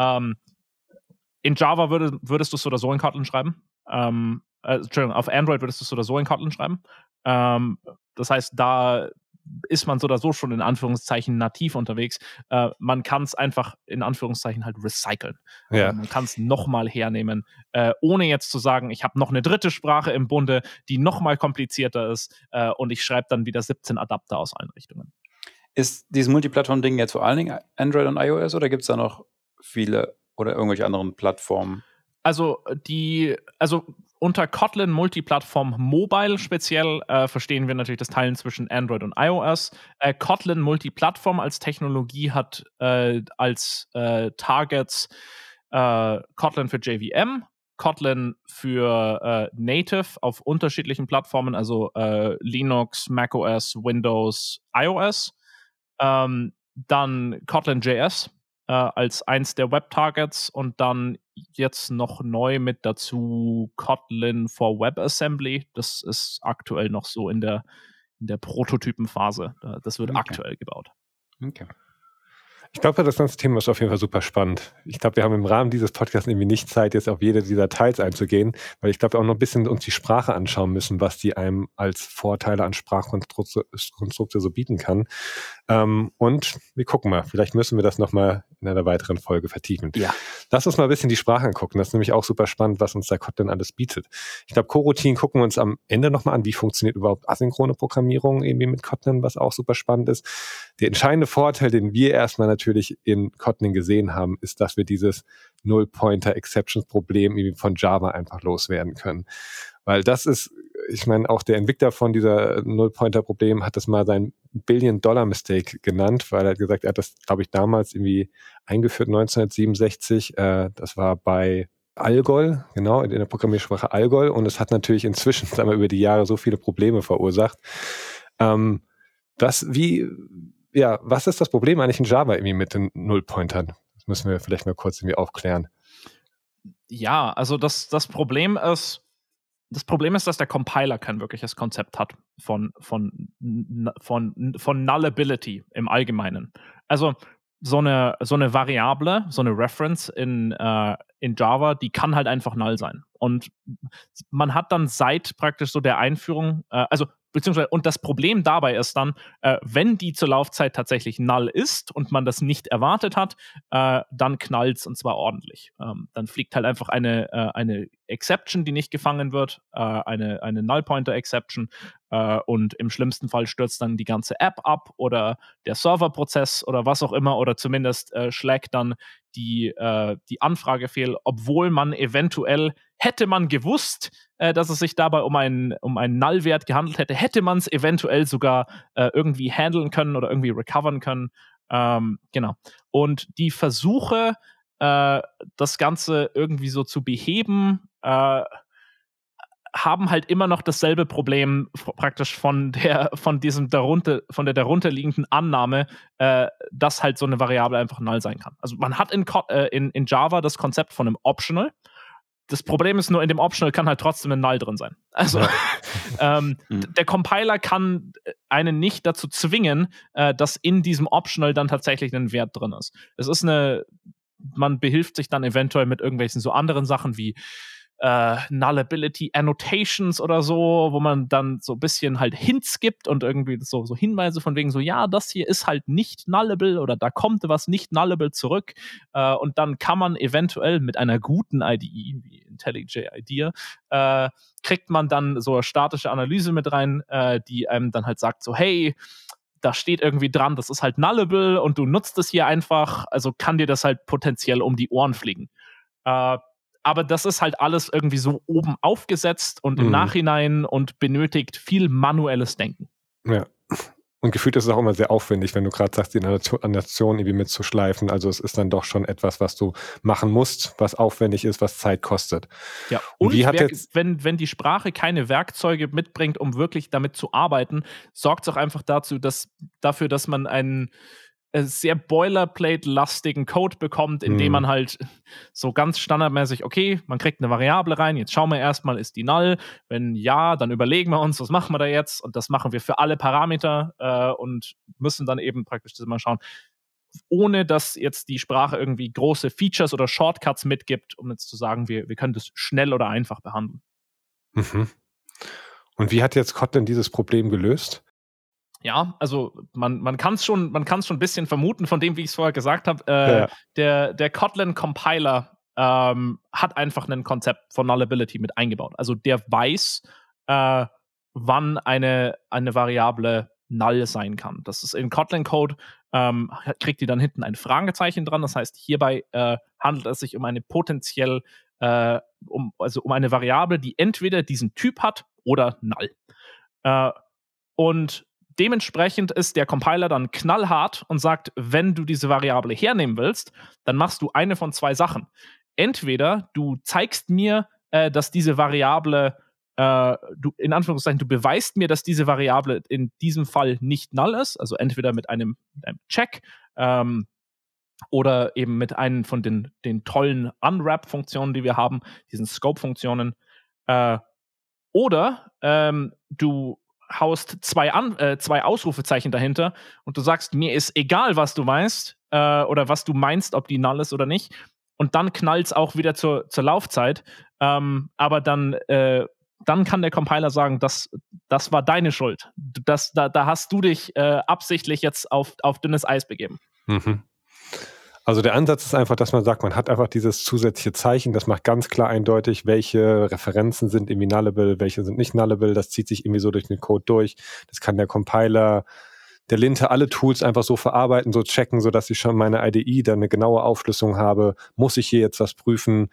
in Java würdest du es oder so in Kotlin schreiben. Entschuldigung, auf Android würdest du es oder so in Kotlin schreiben. Das heißt, da ist man so oder so schon in Anführungszeichen nativ unterwegs. Man kann es einfach in Anführungszeichen halt recyceln. Ja. Man kann es nochmal hernehmen, ohne jetzt zu sagen, ich habe noch eine dritte Sprache im Bunde, die nochmal komplizierter ist und ich schreibe dann wieder 17 Adapter aus allen Richtungen. Ist dieses Multiplattform-Ding jetzt vor allen Dingen Android und iOS oder gibt es da noch viele oder irgendwelche anderen Plattformen? Also unter Kotlin Multiplattform Mobile speziell verstehen wir natürlich das Teilen zwischen Android und iOS. Kotlin Multiplattform als Technologie hat als Targets Kotlin für JVM, Kotlin für Native auf unterschiedlichen Plattformen, also Linux, macOS, Windows, iOS. Dann Kotlin.js als eins der Web-Targets und dann jetzt noch neu mit dazu Kotlin for WebAssembly. Das ist aktuell noch so in der Prototypenphase. Das wird aktuell gebaut. Okay. Ich glaube, das ganze Thema ist auf jeden Fall super spannend. Ich glaube, wir haben im Rahmen dieses Podcasts irgendwie nicht Zeit, jetzt auf jede dieser Teils einzugehen, weil ich glaube, wir auch noch ein bisschen uns die Sprache anschauen müssen, was die einem als Vorteile an Sprachkonstrukte so bieten kann. Und wir gucken mal, vielleicht müssen wir das nochmal in einer weiteren Folge vertiefen. Ja. Lass uns mal ein bisschen die Sprache angucken. Das ist nämlich auch super spannend, was uns der Kotlin alles bietet. Ich glaube, Coroutine gucken wir uns am Ende nochmal an, wie funktioniert überhaupt asynchrone Programmierung irgendwie mit Kotlin, was auch super spannend ist. Der entscheidende Vorteil, den wir erstmal natürlich in Kotlin gesehen haben, ist, dass wir dieses Null-Pointer-Exceptions-Problem irgendwie von Java einfach loswerden können. Weil das ist, ich meine, auch der Entwickler von dieser Null-Pointer-Problem hat das mal sein Billion-Dollar-Mistake genannt, weil er hat gesagt, er hat das, glaube ich, damals irgendwie eingeführt, 1967. Das war bei Algol, genau, in der Programmiersprache Algol. Und es hat natürlich inzwischen, sagen wir, über die Jahre so viele Probleme verursacht. Was ist das Problem eigentlich in Java irgendwie mit den Nullpointern? Das müssen wir vielleicht mal kurz irgendwie aufklären. Ja, also das Problem ist, dass der Compiler kein wirkliches Konzept hat von Nullability im Allgemeinen. Also so eine Variable, so eine Reference in Java, die kann halt einfach null sein. Und man hat dann seit praktisch so der Einführung, und das Problem dabei ist dann, wenn die zur Laufzeit tatsächlich null ist und man das nicht erwartet hat, dann knallt's und zwar ordentlich. Dann fliegt halt einfach eine Exception, die nicht gefangen wird, eine Null-Pointer-Exception, und im schlimmsten Fall stürzt dann die ganze App ab oder der Serverprozess oder was auch immer, oder zumindest schlägt dann die Anfrage fehl, obwohl man eventuell, hätte man gewusst, dass es sich dabei um einen Null-Wert gehandelt hätte man es eventuell sogar irgendwie handeln können oder irgendwie recovern können. Genau. Und die Versuche, das Ganze irgendwie so zu beheben, haben halt immer noch dasselbe Problem praktisch von der darunterliegenden Annahme, dass halt so eine Variable einfach null sein kann. Also man hat in Java das Konzept von einem Optional. Das Problem ist nur, in dem Optional kann halt trotzdem ein Null drin sein. Also der Compiler kann einen nicht dazu zwingen, dass in diesem Optional dann tatsächlich ein Wert drin ist. Es ist man behilft sich dann eventuell mit irgendwelchen so anderen Sachen wie Nullability Annotations oder so, wo man dann so ein bisschen halt Hints gibt und irgendwie so Hinweise von wegen so, ja, das hier ist halt nicht nullable oder da kommt was nicht nullable zurück, und dann kann man eventuell mit einer guten IDE wie IntelliJ IDEA kriegt man dann so eine statische Analyse mit rein, die einem dann halt sagt so, hey, da steht irgendwie dran, das ist halt nullable und du nutzt es hier einfach, also kann dir das halt potenziell um die Ohren fliegen. Aber das ist halt alles irgendwie so oben aufgesetzt und im Nachhinein und benötigt viel manuelles Denken. Ja. Und gefühlt ist es auch immer sehr aufwendig, wenn du gerade sagst, die Annotation irgendwie mitzuschleifen. Also es ist dann doch schon etwas, was du machen musst, was aufwendig ist, was Zeit kostet. Ja, und wenn die Sprache keine Werkzeuge mitbringt, um wirklich damit zu arbeiten, sorgt es auch einfach dafür, dass man einen sehr Boilerplate-lastigen Code bekommt, indem man halt so ganz standardmäßig, okay, man kriegt eine Variable rein, jetzt schauen wir erstmal, ist die null? Wenn ja, dann überlegen wir uns, was machen wir da jetzt? Und das machen wir für alle Parameter und müssen dann eben praktisch das mal schauen, ohne dass jetzt die Sprache irgendwie große Features oder Shortcuts mitgibt, um jetzt zu sagen, wir können das schnell oder einfach behandeln. Mhm. Und wie hat jetzt Kotlin dieses Problem gelöst? Ja, also man kann es schon ein bisschen vermuten von dem, wie ich es vorher gesagt habe. Der Kotlin-Compiler hat einfach ein Konzept von Nullability mit eingebaut. Also der weiß, wann eine Variable null sein kann. Das ist in Kotlin-Code, kriegt die dann hinten ein Fragezeichen dran. Das heißt, hierbei handelt es sich um eine potenziell um eine Variable, die entweder diesen Typ hat oder null. Und dementsprechend ist der Compiler dann knallhart und sagt, wenn du diese Variable hernehmen willst, dann machst du eine von zwei Sachen. Entweder du zeigst mir, dass diese Variable, in Anführungszeichen, du beweist mir, dass diese Variable in diesem Fall nicht null ist, also entweder mit einem Check oder eben mit einem von den tollen Unwrap-Funktionen, die wir haben, diesen Scope-Funktionen, oder du haust zwei Ausrufezeichen dahinter und du sagst, mir ist egal, was du weißt, oder was du meinst, ob die null ist oder nicht. Und dann knallt es auch wieder zur Laufzeit. Aber dann kann der Compiler sagen, das war deine Schuld. Da hast du dich absichtlich jetzt auf dünnes Eis begeben. Mhm. Also der Ansatz ist einfach, dass man sagt, man hat einfach dieses zusätzliche Zeichen, das macht ganz klar eindeutig, welche Referenzen sind irgendwie nullable, welche sind nicht nullable, das zieht sich irgendwie so durch den Code durch. Das kann der Compiler, der Linte, alle Tools einfach so verarbeiten, so checken, sodass ich schon meine IDE dann eine genaue Aufschlüsselung habe, muss ich hier jetzt was prüfen,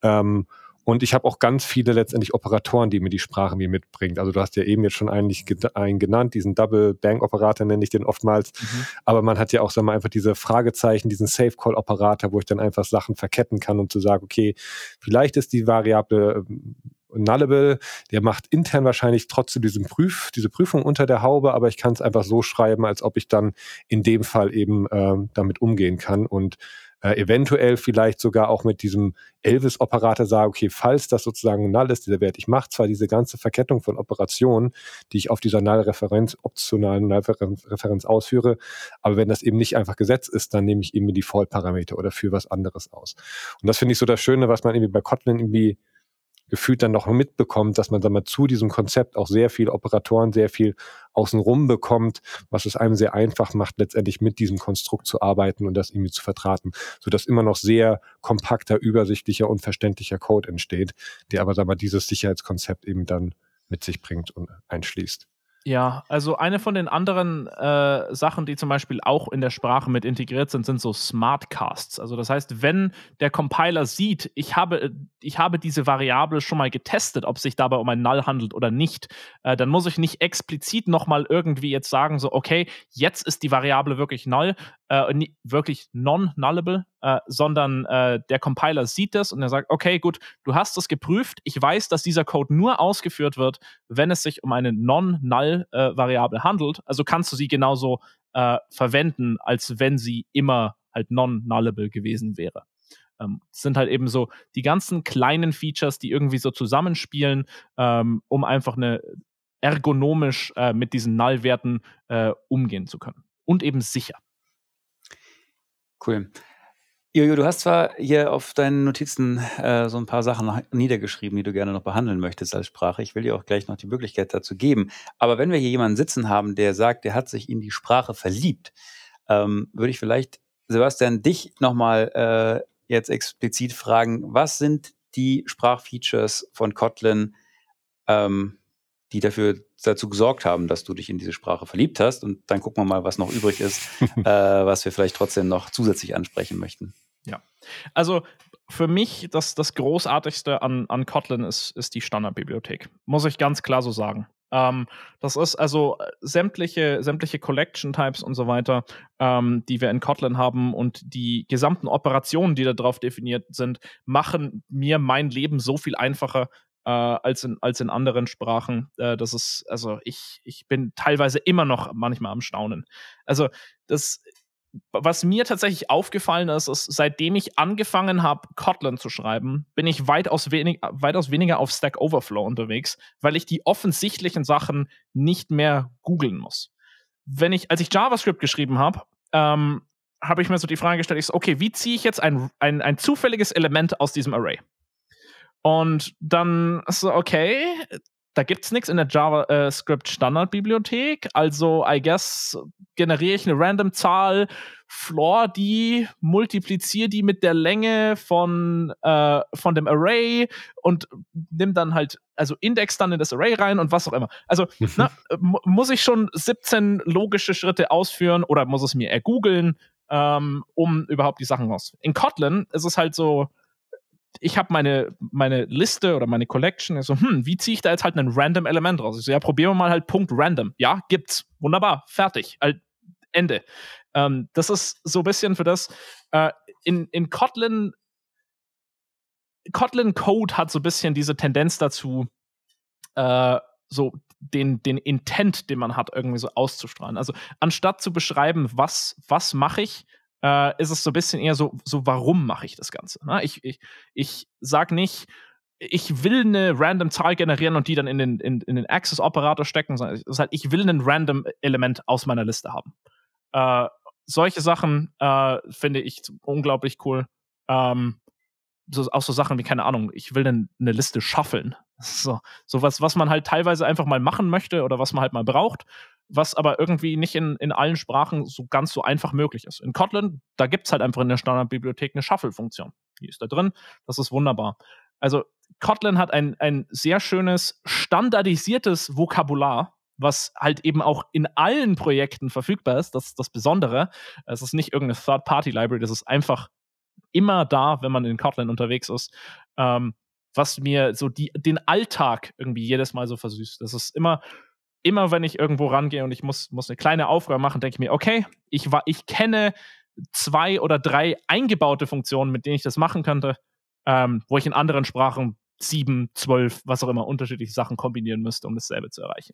und ich habe auch ganz viele letztendlich Operatoren, die mir die Sprache mir mitbringt. Also du hast ja eben jetzt schon einen genannt, diesen Double-Bang-Operator nenne ich den oftmals. Aber man hat ja auch, sagen wir mal, einfach diese Fragezeichen, diesen Safe-Call-Operator, wo ich dann einfach Sachen verketten kann, um zu sagen, okay, vielleicht ist die Variable nullable, der macht intern wahrscheinlich trotzdem diese Prüfung unter der Haube, aber ich kann es einfach so schreiben, als ob ich dann in dem Fall eben damit umgehen kann und eventuell vielleicht sogar auch mit diesem Elvis-Operator sage, okay, falls das sozusagen null ist, dieser Wert, ich mache zwar diese ganze Verkettung von Operationen, die ich auf dieser Null-Referenz, optionalen Null-Referenz ausführe, aber wenn das eben nicht einfach Gesetz ist, dann nehme ich eben die Default-Parameter oder führe was anderes aus. Und das finde ich so das Schöne, was man irgendwie bei Kotlin irgendwie gefühlt dann noch mitbekommt, dass man dann mal zu diesem Konzept auch sehr viele Operatoren, sehr viel außenrum bekommt, was es einem sehr einfach macht, letztendlich mit diesem Konstrukt zu arbeiten und das irgendwie zu vertraten, sodass immer noch sehr kompakter, übersichtlicher und verständlicher Code entsteht, der aber, sagen wir mal, dieses Sicherheitskonzept eben dann mit sich bringt und einschließt. Ja, also eine von den anderen Sachen, die zum Beispiel auch in der Sprache mit integriert sind so Smartcasts. Also das heißt, wenn der Compiler sieht, ich habe diese Variable schon mal getestet, ob es sich dabei um ein Null handelt oder nicht, dann muss ich nicht explizit nochmal irgendwie jetzt sagen, so okay, jetzt ist die Variable wirklich null, wirklich non-nullable, sondern der Compiler sieht das und er sagt, okay, gut, du hast das geprüft, ich weiß, dass dieser Code nur ausgeführt wird, wenn es sich um eine non-null-Variable handelt, also kannst du sie genauso verwenden, als wenn sie immer halt non-nullable gewesen wäre. Es sind halt eben so die ganzen kleinen Features, die irgendwie so zusammenspielen, um einfach ergonomisch mit diesen Null-Werten umgehen zu können. Und eben sicher. Cool. Jojo, du hast zwar hier auf deinen Notizen so ein paar Sachen noch niedergeschrieben, die du gerne noch behandeln möchtest als Sprache. Ich will dir auch gleich noch die Möglichkeit dazu geben. Aber wenn wir hier jemanden sitzen haben, der sagt, der hat sich in die Sprache verliebt, würde ich vielleicht, Sebastian, dich nochmal jetzt explizit fragen, was sind die Sprachfeatures von Kotlin, die dazu gesorgt haben, dass du dich in diese Sprache verliebt hast? Und dann gucken wir mal, was noch übrig ist, was wir vielleicht trotzdem noch zusätzlich ansprechen möchten. Ja, also für mich das Großartigste an Kotlin ist die Standardbibliothek. Muss ich ganz klar so sagen. Das ist also sämtliche Collection-Types und so weiter, die wir in Kotlin haben und die gesamten Operationen, die da drauf definiert sind, machen mir mein Leben so viel einfacher als in anderen Sprachen. Das ist, also ich bin teilweise immer noch manchmal am Staunen. Also was mir tatsächlich aufgefallen ist, seitdem ich angefangen habe, Kotlin zu schreiben, bin ich weitaus weniger auf Stack Overflow unterwegs, weil ich die offensichtlichen Sachen nicht mehr googeln muss. Als ich JavaScript geschrieben habe, habe ich mir so die Frage gestellt, okay, wie ziehe ich jetzt ein zufälliges Element aus diesem Array? Und dann so, okay, da gibt's nichts in der JavaScript-Standardbibliothek, also I guess generiere ich eine random Zahl, floor die, multipliziere die mit der Länge von dem Array und nimm dann halt, also Index dann in das Array rein und was auch immer. Also muss ich schon 17 logische Schritte ausführen oder muss es mir ergoogeln, um überhaupt die Sachen rauszufinden. In Kotlin ist es halt so, ich habe meine Liste oder meine Collection, so, wie ziehe ich da jetzt halt ein random Element raus? Ich so, ja, probieren wir mal halt Punkt random. Ja, gibt's. Wunderbar, fertig. Ende. Das ist so ein bisschen für das, in Kotlin Code hat so ein bisschen diese Tendenz dazu, so den Intent, den man hat, irgendwie so auszustrahlen. Also anstatt zu beschreiben, was mache ich, ist es so ein bisschen eher so warum mache ich das Ganze? Ne? Ich sage nicht, ich will eine random Zahl generieren und die dann in den Access-Operator stecken, sondern es ist halt, ich will ein random Element aus meiner Liste haben. solche Sachen finde ich unglaublich cool. Auch so Sachen wie, keine Ahnung, ich will eine Liste shuffeln. So was man halt teilweise einfach mal machen möchte oder was man halt mal braucht, was aber irgendwie nicht in allen Sprachen so ganz so einfach möglich ist. In Kotlin, da gibt es halt einfach in der Standardbibliothek eine Shuffle-Funktion. Die ist da drin, das ist wunderbar. Also Kotlin hat ein sehr schönes, standardisiertes Vokabular, was halt eben auch in allen Projekten verfügbar ist. Das ist das Besondere. Es ist nicht irgendeine Third-Party-Library, das ist einfach immer da, wenn man in Kotlin unterwegs ist, was mir so den Alltag irgendwie jedes Mal so versüßt. Das ist immer, wenn ich irgendwo rangehe und ich muss eine kleine Aufgabe machen, denke ich mir, okay, ich kenne 2 oder 3 eingebaute Funktionen, mit denen ich das machen könnte, wo ich in anderen Sprachen 7, 12, was auch immer, unterschiedliche Sachen kombinieren müsste, um dasselbe zu erreichen.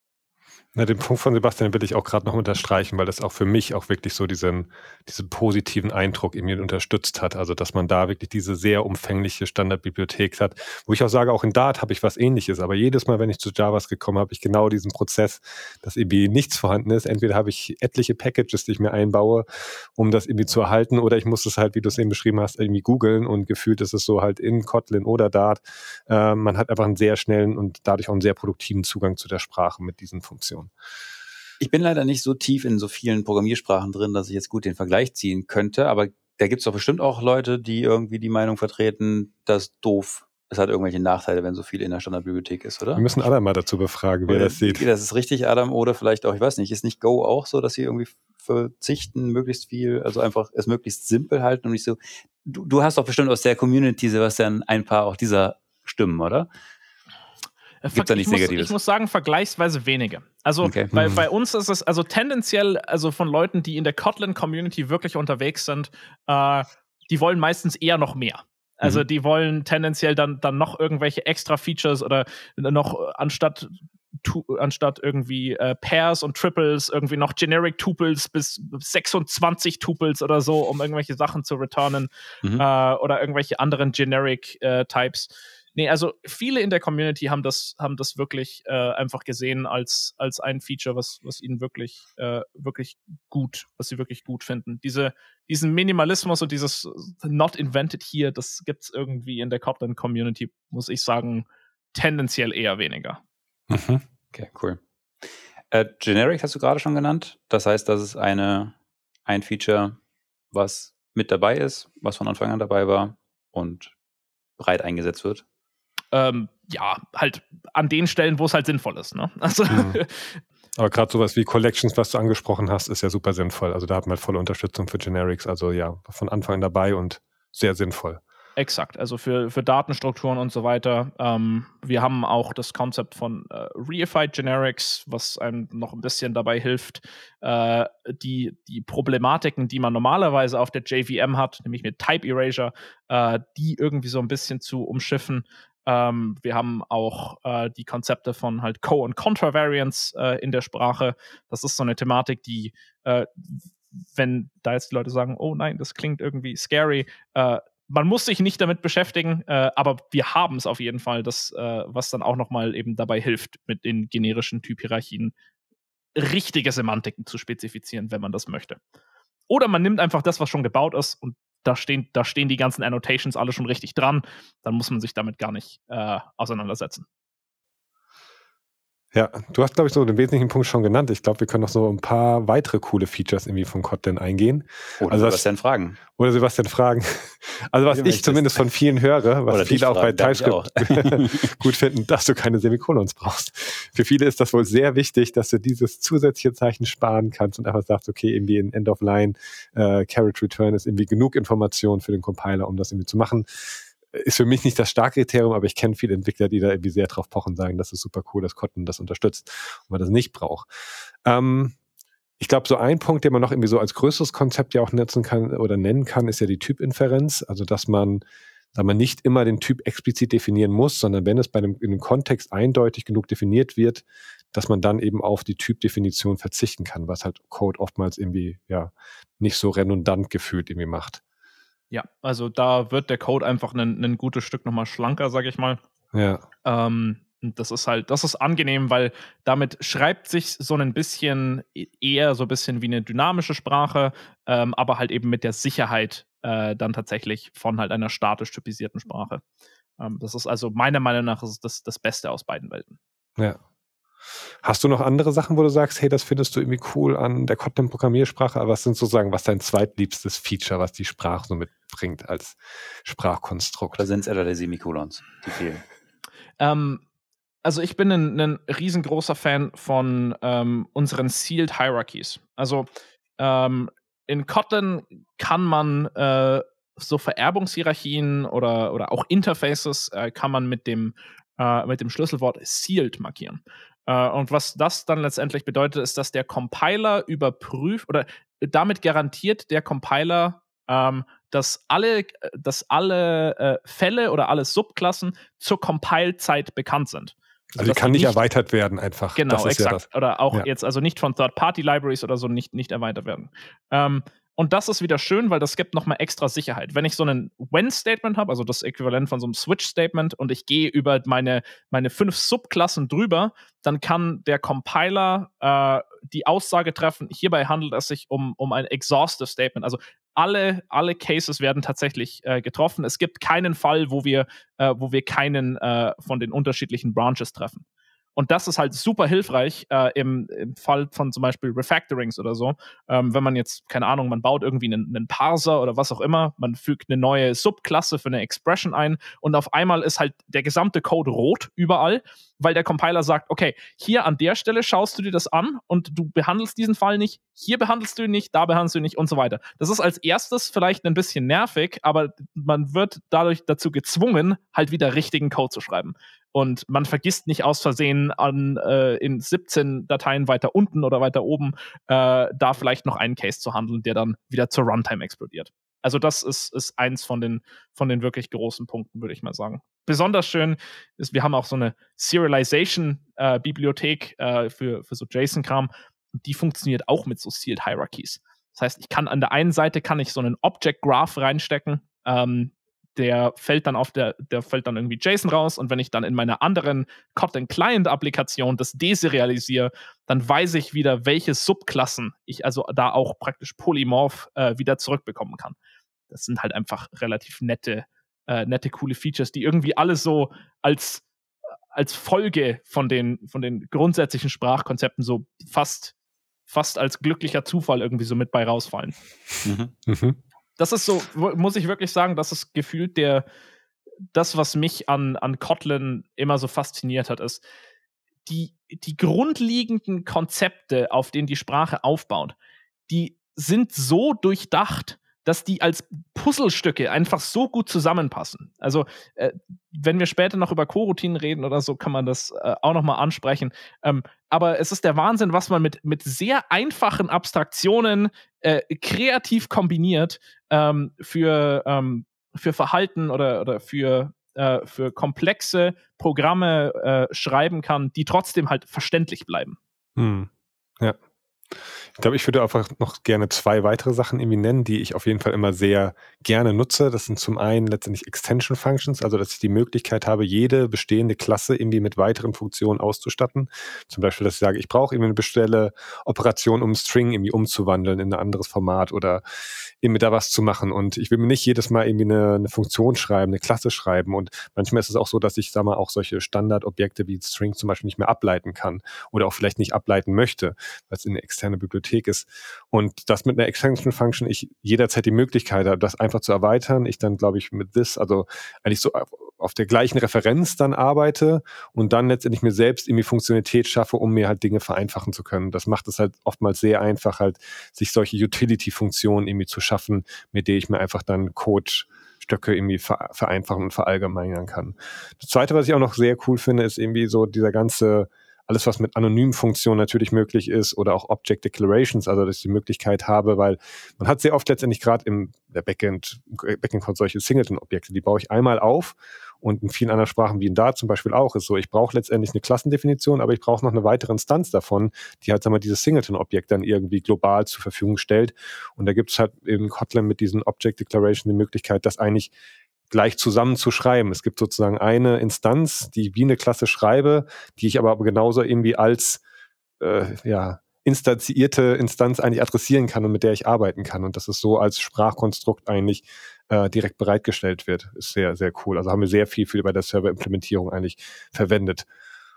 Na, den Punkt von Sebastian will ich auch gerade noch unterstreichen, weil das auch für mich auch wirklich so diesen positiven Eindruck in mir unterstützt hat. Also, dass man da wirklich diese sehr umfängliche Standardbibliothek hat, wo ich auch sage, auch in Dart habe ich was Ähnliches. Aber jedes Mal, wenn ich zu JavaScript komme, habe ich genau diesen Prozess, dass irgendwie nichts vorhanden ist. Entweder habe ich etliche Packages, die ich mir einbaue, um das irgendwie zu erhalten, oder ich muss es halt, wie du es eben beschrieben hast, irgendwie googeln, und gefühlt ist es so halt in Kotlin oder Dart. Man hat einfach einen sehr schnellen und dadurch auch einen sehr produktiven Zugang zu der Sprache mit diesen Funktionen. Ich bin leider nicht so tief in so vielen Programmiersprachen drin, dass ich jetzt gut den Vergleich ziehen könnte, aber da gibt es doch bestimmt auch Leute, die irgendwie die Meinung vertreten, das ist doof. Es hat irgendwelche Nachteile, wenn so viel in der Standardbibliothek ist, oder? Wir müssen Adam mal dazu befragen, wer das sieht. Das ist richtig, Adam, oder vielleicht auch, ich weiß nicht, ist nicht Go auch so, dass sie irgendwie verzichten, möglichst viel, also einfach es möglichst simpel halten und nicht so. Du hast doch bestimmt aus der Community, Sebastian, ein paar auch dieser Stimmen, oder? Gibt's da nichts Negatives? Ich muss sagen, vergleichsweise wenige. Also okay. Bei uns ist es also tendenziell, also von Leuten, die in der Kotlin-Community wirklich unterwegs sind, die wollen meistens eher noch mehr. Also die wollen tendenziell dann noch irgendwelche extra Features oder noch anstatt irgendwie Pairs und Triples irgendwie noch Generic Tuples bis 26 Tuples oder so, um irgendwelche Sachen zu returnen oder irgendwelche anderen Generic Types. Nee, also viele in der Community haben das wirklich einfach gesehen als ein Feature, was ihnen wirklich gut, was sie wirklich gut finden. Diesen Minimalismus und dieses Not Invented Here, das gibt's irgendwie in der Kotlin-Community, muss ich sagen, tendenziell eher weniger. Okay, cool. Generic hast du gerade schon genannt. Das heißt, das ist ein Feature, was mit dabei ist, was von Anfang an dabei war und breit eingesetzt wird. Ja, halt an den Stellen, wo es halt sinnvoll ist. Ne? Also Aber gerade sowas wie Collections, was du angesprochen hast, ist ja super sinnvoll. Also da hat man volle Unterstützung für Generics. Also ja, von Anfang an dabei und sehr sinnvoll. Exakt, also für Datenstrukturen und so weiter. Wir haben auch das Konzept von Reified Generics, was einem noch ein bisschen dabei hilft, die Problematiken, die man normalerweise auf der JVM hat, nämlich mit Type Erasure, die irgendwie so ein bisschen zu umschiffen. Wir haben auch die Konzepte von halt Co- und Contra-Variants in der Sprache. Das ist so eine Thematik, die, wenn da jetzt die Leute sagen, oh nein, das klingt irgendwie scary, man muss sich nicht damit beschäftigen, aber wir haben es auf jeden Fall, was dann auch nochmal eben dabei hilft, mit den generischen Typhierarchien richtige Semantiken zu spezifizieren, wenn man das möchte. Oder man nimmt einfach das, was schon gebaut ist, und da stehen die ganzen Annotations alle schon richtig dran. Dann muss man sich damit gar nicht auseinandersetzen. Ja, du hast, glaube ich, so den wesentlichen Punkt schon genannt. Ich glaube, wir können noch so ein paar weitere coole Features irgendwie von Kotlin eingehen. Oder Sebastian fragen. Also was ich zumindest von vielen höre, was viele auch bei TypeScript gut finden, dass du keine Semikolons brauchst. Für viele ist das wohl sehr wichtig, dass du dieses zusätzliche Zeichen sparen kannst und einfach sagst, okay, irgendwie in End of Line, Caret Return ist irgendwie genug Information für den Compiler, um das irgendwie zu machen. Ist für mich nicht das starke Kriterium, aber ich kenne viele Entwickler, die da irgendwie sehr drauf pochen und sagen, das ist super cool, dass Kotlin das unterstützt und man das nicht braucht. Ich glaube, so ein Punkt, den man noch irgendwie so als größeres Konzept ja auch nutzen kann oder nennen kann, ist ja die Typinferenz. Also, dass man, da man nicht immer den Typ explizit definieren muss, sondern wenn es in einem Kontext eindeutig genug definiert wird, dass man dann eben auf die Typdefinition verzichten kann, was halt Code oftmals irgendwie ja nicht so redundant gefühlt irgendwie macht. Ja, also da wird der Code einfach ein gutes Stück nochmal schlanker, sage ich mal. Ja. Und das ist angenehm, weil damit schreibt sich so ein bisschen eher so ein bisschen wie eine dynamische Sprache, aber halt eben mit der Sicherheit dann tatsächlich von halt einer statisch typisierten Sprache. Das ist also meiner Meinung nach das Beste aus beiden Welten. Ja. Hast du noch andere Sachen, wo du sagst, hey, das findest du irgendwie cool an der Kotlin-Programmiersprache, aber was sind sozusagen, was dein zweitliebstes Feature, was die Sprache so mitbringt als Sprachkonstrukt? Oder sind es etwa die Semikolons, die fehlen? Also ich bin ein riesengroßer Fan von unseren Sealed Hierarchies. Also in Kotlin kann man so Vererbungshierarchien oder auch Interfaces kann man mit dem Schlüsselwort Sealed markieren. Und was das dann letztendlich bedeutet, ist, dass der Compiler überprüft oder damit garantiert der Compiler, dass alle Fälle oder alle Subklassen zur Compile-Zeit bekannt sind. Also die kann nicht erweitert werden einfach. Genau, das ist exakt. Ja das. Oder auch jetzt also nicht von Third-Party-Libraries oder so nicht erweitert werden. Und das ist wieder schön, weil das gibt nochmal extra Sicherheit. Wenn ich so ein When-Statement habe, also das Äquivalent von so einem Switch-Statement, und ich gehe über meine 5 Subklassen drüber, dann kann der Compiler die Aussage treffen, hierbei handelt es sich um ein Exhaustive Statement. Also alle Cases werden tatsächlich getroffen. Es gibt keinen Fall, wo wir keinen von den unterschiedlichen Branches treffen. Und das ist halt super hilfreich im Fall von zum Beispiel Refactorings oder so. Wenn man jetzt, keine Ahnung, man baut irgendwie einen Parser oder was auch immer, man fügt eine neue Subklasse für eine Expression ein und auf einmal ist halt der gesamte Code rot überall, weil der Compiler sagt, okay, hier an der Stelle schaust du dir das an und du behandelst diesen Fall nicht, hier behandelst du ihn nicht, da behandelst du ihn nicht und so weiter. Das ist als erstes vielleicht ein bisschen nervig, aber man wird dadurch dazu gezwungen, halt wieder richtigen Code zu schreiben. Und man vergisst nicht aus Versehen in 17 Dateien weiter unten oder weiter oben da vielleicht noch einen Case zu handeln, der dann wieder zur Runtime explodiert. Also das ist eins von den wirklich großen Punkten, würde ich mal sagen. Besonders schön ist, wir haben auch so eine Serialization-Bibliothek für so JSON-Kram. Die funktioniert auch mit so Sealed Hierarchies. Das heißt, ich kann an der einen Seite so einen Object Graph reinstecken, der fällt dann irgendwie JSON raus und wenn ich dann in meiner anderen Kotlin Client Applikation das deserialisiere, dann weiß ich wieder, welche Subklassen ich also da auch praktisch polymorph wieder zurückbekommen kann. Das sind halt einfach relativ nette, coole Features, die irgendwie alle so als Folge von den grundsätzlichen Sprachkonzepten so fast als glücklicher Zufall irgendwie so mit bei rausfallen. Mhm. Das ist so, muss ich wirklich sagen, das ist gefühlt das, was mich an Kotlin immer so fasziniert hat, ist die grundlegenden Konzepte, auf denen die Sprache aufbaut, die sind so durchdacht, dass die als Puzzlestücke einfach so gut zusammenpassen. Also, wenn wir später noch über Coroutinen reden oder so, kann man das auch nochmal ansprechen. Aber es ist der Wahnsinn, was man mit sehr einfachen Abstraktionen kreativ kombiniert für Verhalten oder für komplexe Programme schreiben kann, die trotzdem halt verständlich bleiben. Ja. Ich glaube, ich würde einfach noch gerne 2 weitere Sachen irgendwie nennen, die ich auf jeden Fall immer sehr gerne nutze. Das sind zum einen letztendlich Extension Functions, also dass ich die Möglichkeit habe, jede bestehende Klasse irgendwie mit weiteren Funktionen auszustatten. Zum Beispiel, dass ich sage, ich brauche irgendwie eine bestimmte Operation, um einen String irgendwie umzuwandeln in ein anderes Format oder irgendwie da was zu machen. Und ich will mir nicht jedes Mal irgendwie eine Funktion schreiben, eine Klasse schreiben. Und manchmal ist es auch so, dass ich, sag mal, auch solche Standardobjekte wie String zum Beispiel nicht mehr ableiten kann oder auch vielleicht nicht ableiten möchte, weil es in eine externe Bibliothek ist. Und das mit einer Extension Function ich jederzeit die Möglichkeit habe, das einfach zu erweitern. Ich dann, glaube ich, mit this, also eigentlich so auf der gleichen Referenz dann arbeite und dann letztendlich mir selbst irgendwie Funktionalität schaffe, um mir halt Dinge vereinfachen zu können. Das macht es halt oftmals sehr einfach, halt sich solche Utility-Funktionen irgendwie zu schaffen, mit denen ich mir einfach dann Code-Stöcke irgendwie vereinfachen und verallgemeinern kann. Das Zweite, was ich auch noch sehr cool finde, ist irgendwie so dieser ganze alles, was mit anonymen Funktionen natürlich möglich ist oder auch Object Declarations, also dass ich die Möglichkeit habe, weil man hat sehr oft letztendlich gerade im der Backend-Code solche Singleton-Objekte, die baue ich einmal auf und in vielen anderen Sprachen wie in Dart zum Beispiel auch ist so, ich brauche letztendlich eine Klassendefinition, aber ich brauche noch eine weitere Instanz davon, die halt, sagen wir, dieses Singleton-Objekt dann irgendwie global zur Verfügung stellt und da gibt es halt in Kotlin mit diesen Object Declarations die Möglichkeit, das eigentlich gleich zusammen zu schreiben. Es gibt sozusagen eine Instanz, die wie eine Klasse schreibe, die ich aber genauso irgendwie als instanzierte Instanz eigentlich adressieren kann und mit der ich arbeiten kann. Und das ist so als Sprachkonstrukt eigentlich direkt bereitgestellt wird. Ist sehr, sehr cool. Also haben wir sehr viel bei der Server-Implementierung eigentlich verwendet.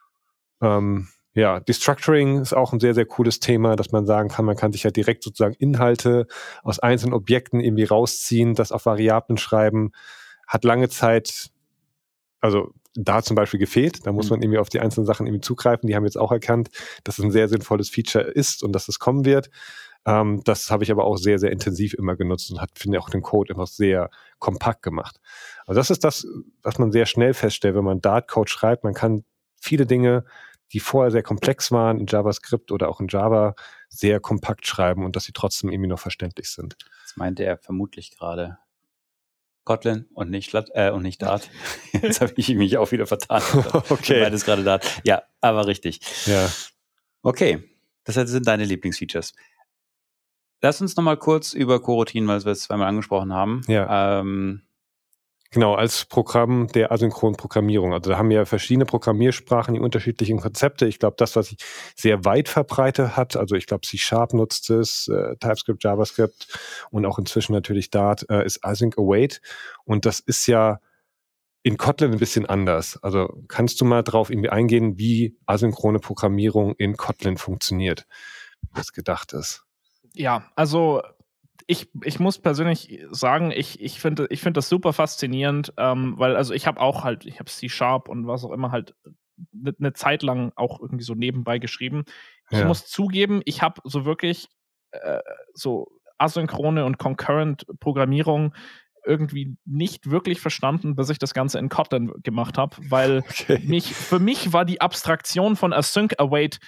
Destructuring ist auch ein sehr, sehr cooles Thema, dass man sagen kann, man kann sich ja direkt sozusagen Inhalte aus einzelnen Objekten irgendwie rausziehen, das auf Variablen schreiben. Hat lange Zeit, also da zum Beispiel gefehlt. Da muss man irgendwie auf die einzelnen Sachen irgendwie zugreifen. Die haben jetzt auch erkannt, dass es ein sehr sinnvolles Feature ist und dass es kommen wird. Das habe ich aber auch sehr, sehr intensiv immer genutzt und finde auch den Code immer sehr kompakt gemacht. Also das ist das, was man sehr schnell feststellt, wenn man Dart-Code schreibt. Man kann viele Dinge, die vorher sehr komplex waren in JavaScript oder auch in Java, sehr kompakt schreiben und dass sie trotzdem irgendwie noch verständlich sind. Das meinte er vermutlich gerade Kotlin und nicht Dart. Jetzt habe ich mich auch wieder vertan. Okay. Beides gerade Dart. Ja, aber richtig. Ja. Okay, das sind deine Lieblingsfeatures. Lass uns nochmal kurz über Coroutinen, weil wir es zweimal angesprochen haben. Ja. Genau, als Programm der asynchronen Programmierung. Also da haben wir verschiedene Programmiersprachen, die unterschiedlichen Konzepte. Ich glaube, das, was sich sehr weit verbreitet hat, also ich glaube, C# nutzt es, TypeScript, JavaScript und auch inzwischen natürlich Dart, ist Async Await. Und das ist ja in Kotlin ein bisschen anders. Also kannst du mal drauf irgendwie eingehen, wie asynchrone Programmierung in Kotlin funktioniert, wie das gedacht ist? Ja, also ich muss persönlich sagen, ich finde das super faszinierend, weil also ich habe C# und was auch immer halt eine Zeit lang auch irgendwie so nebenbei geschrieben. Ich muss zugeben, ich habe so wirklich so asynchrone und concurrent Programmierung irgendwie nicht wirklich verstanden, bis ich das Ganze in Kotlin gemacht habe, weil für mich war die Abstraktion von Async Await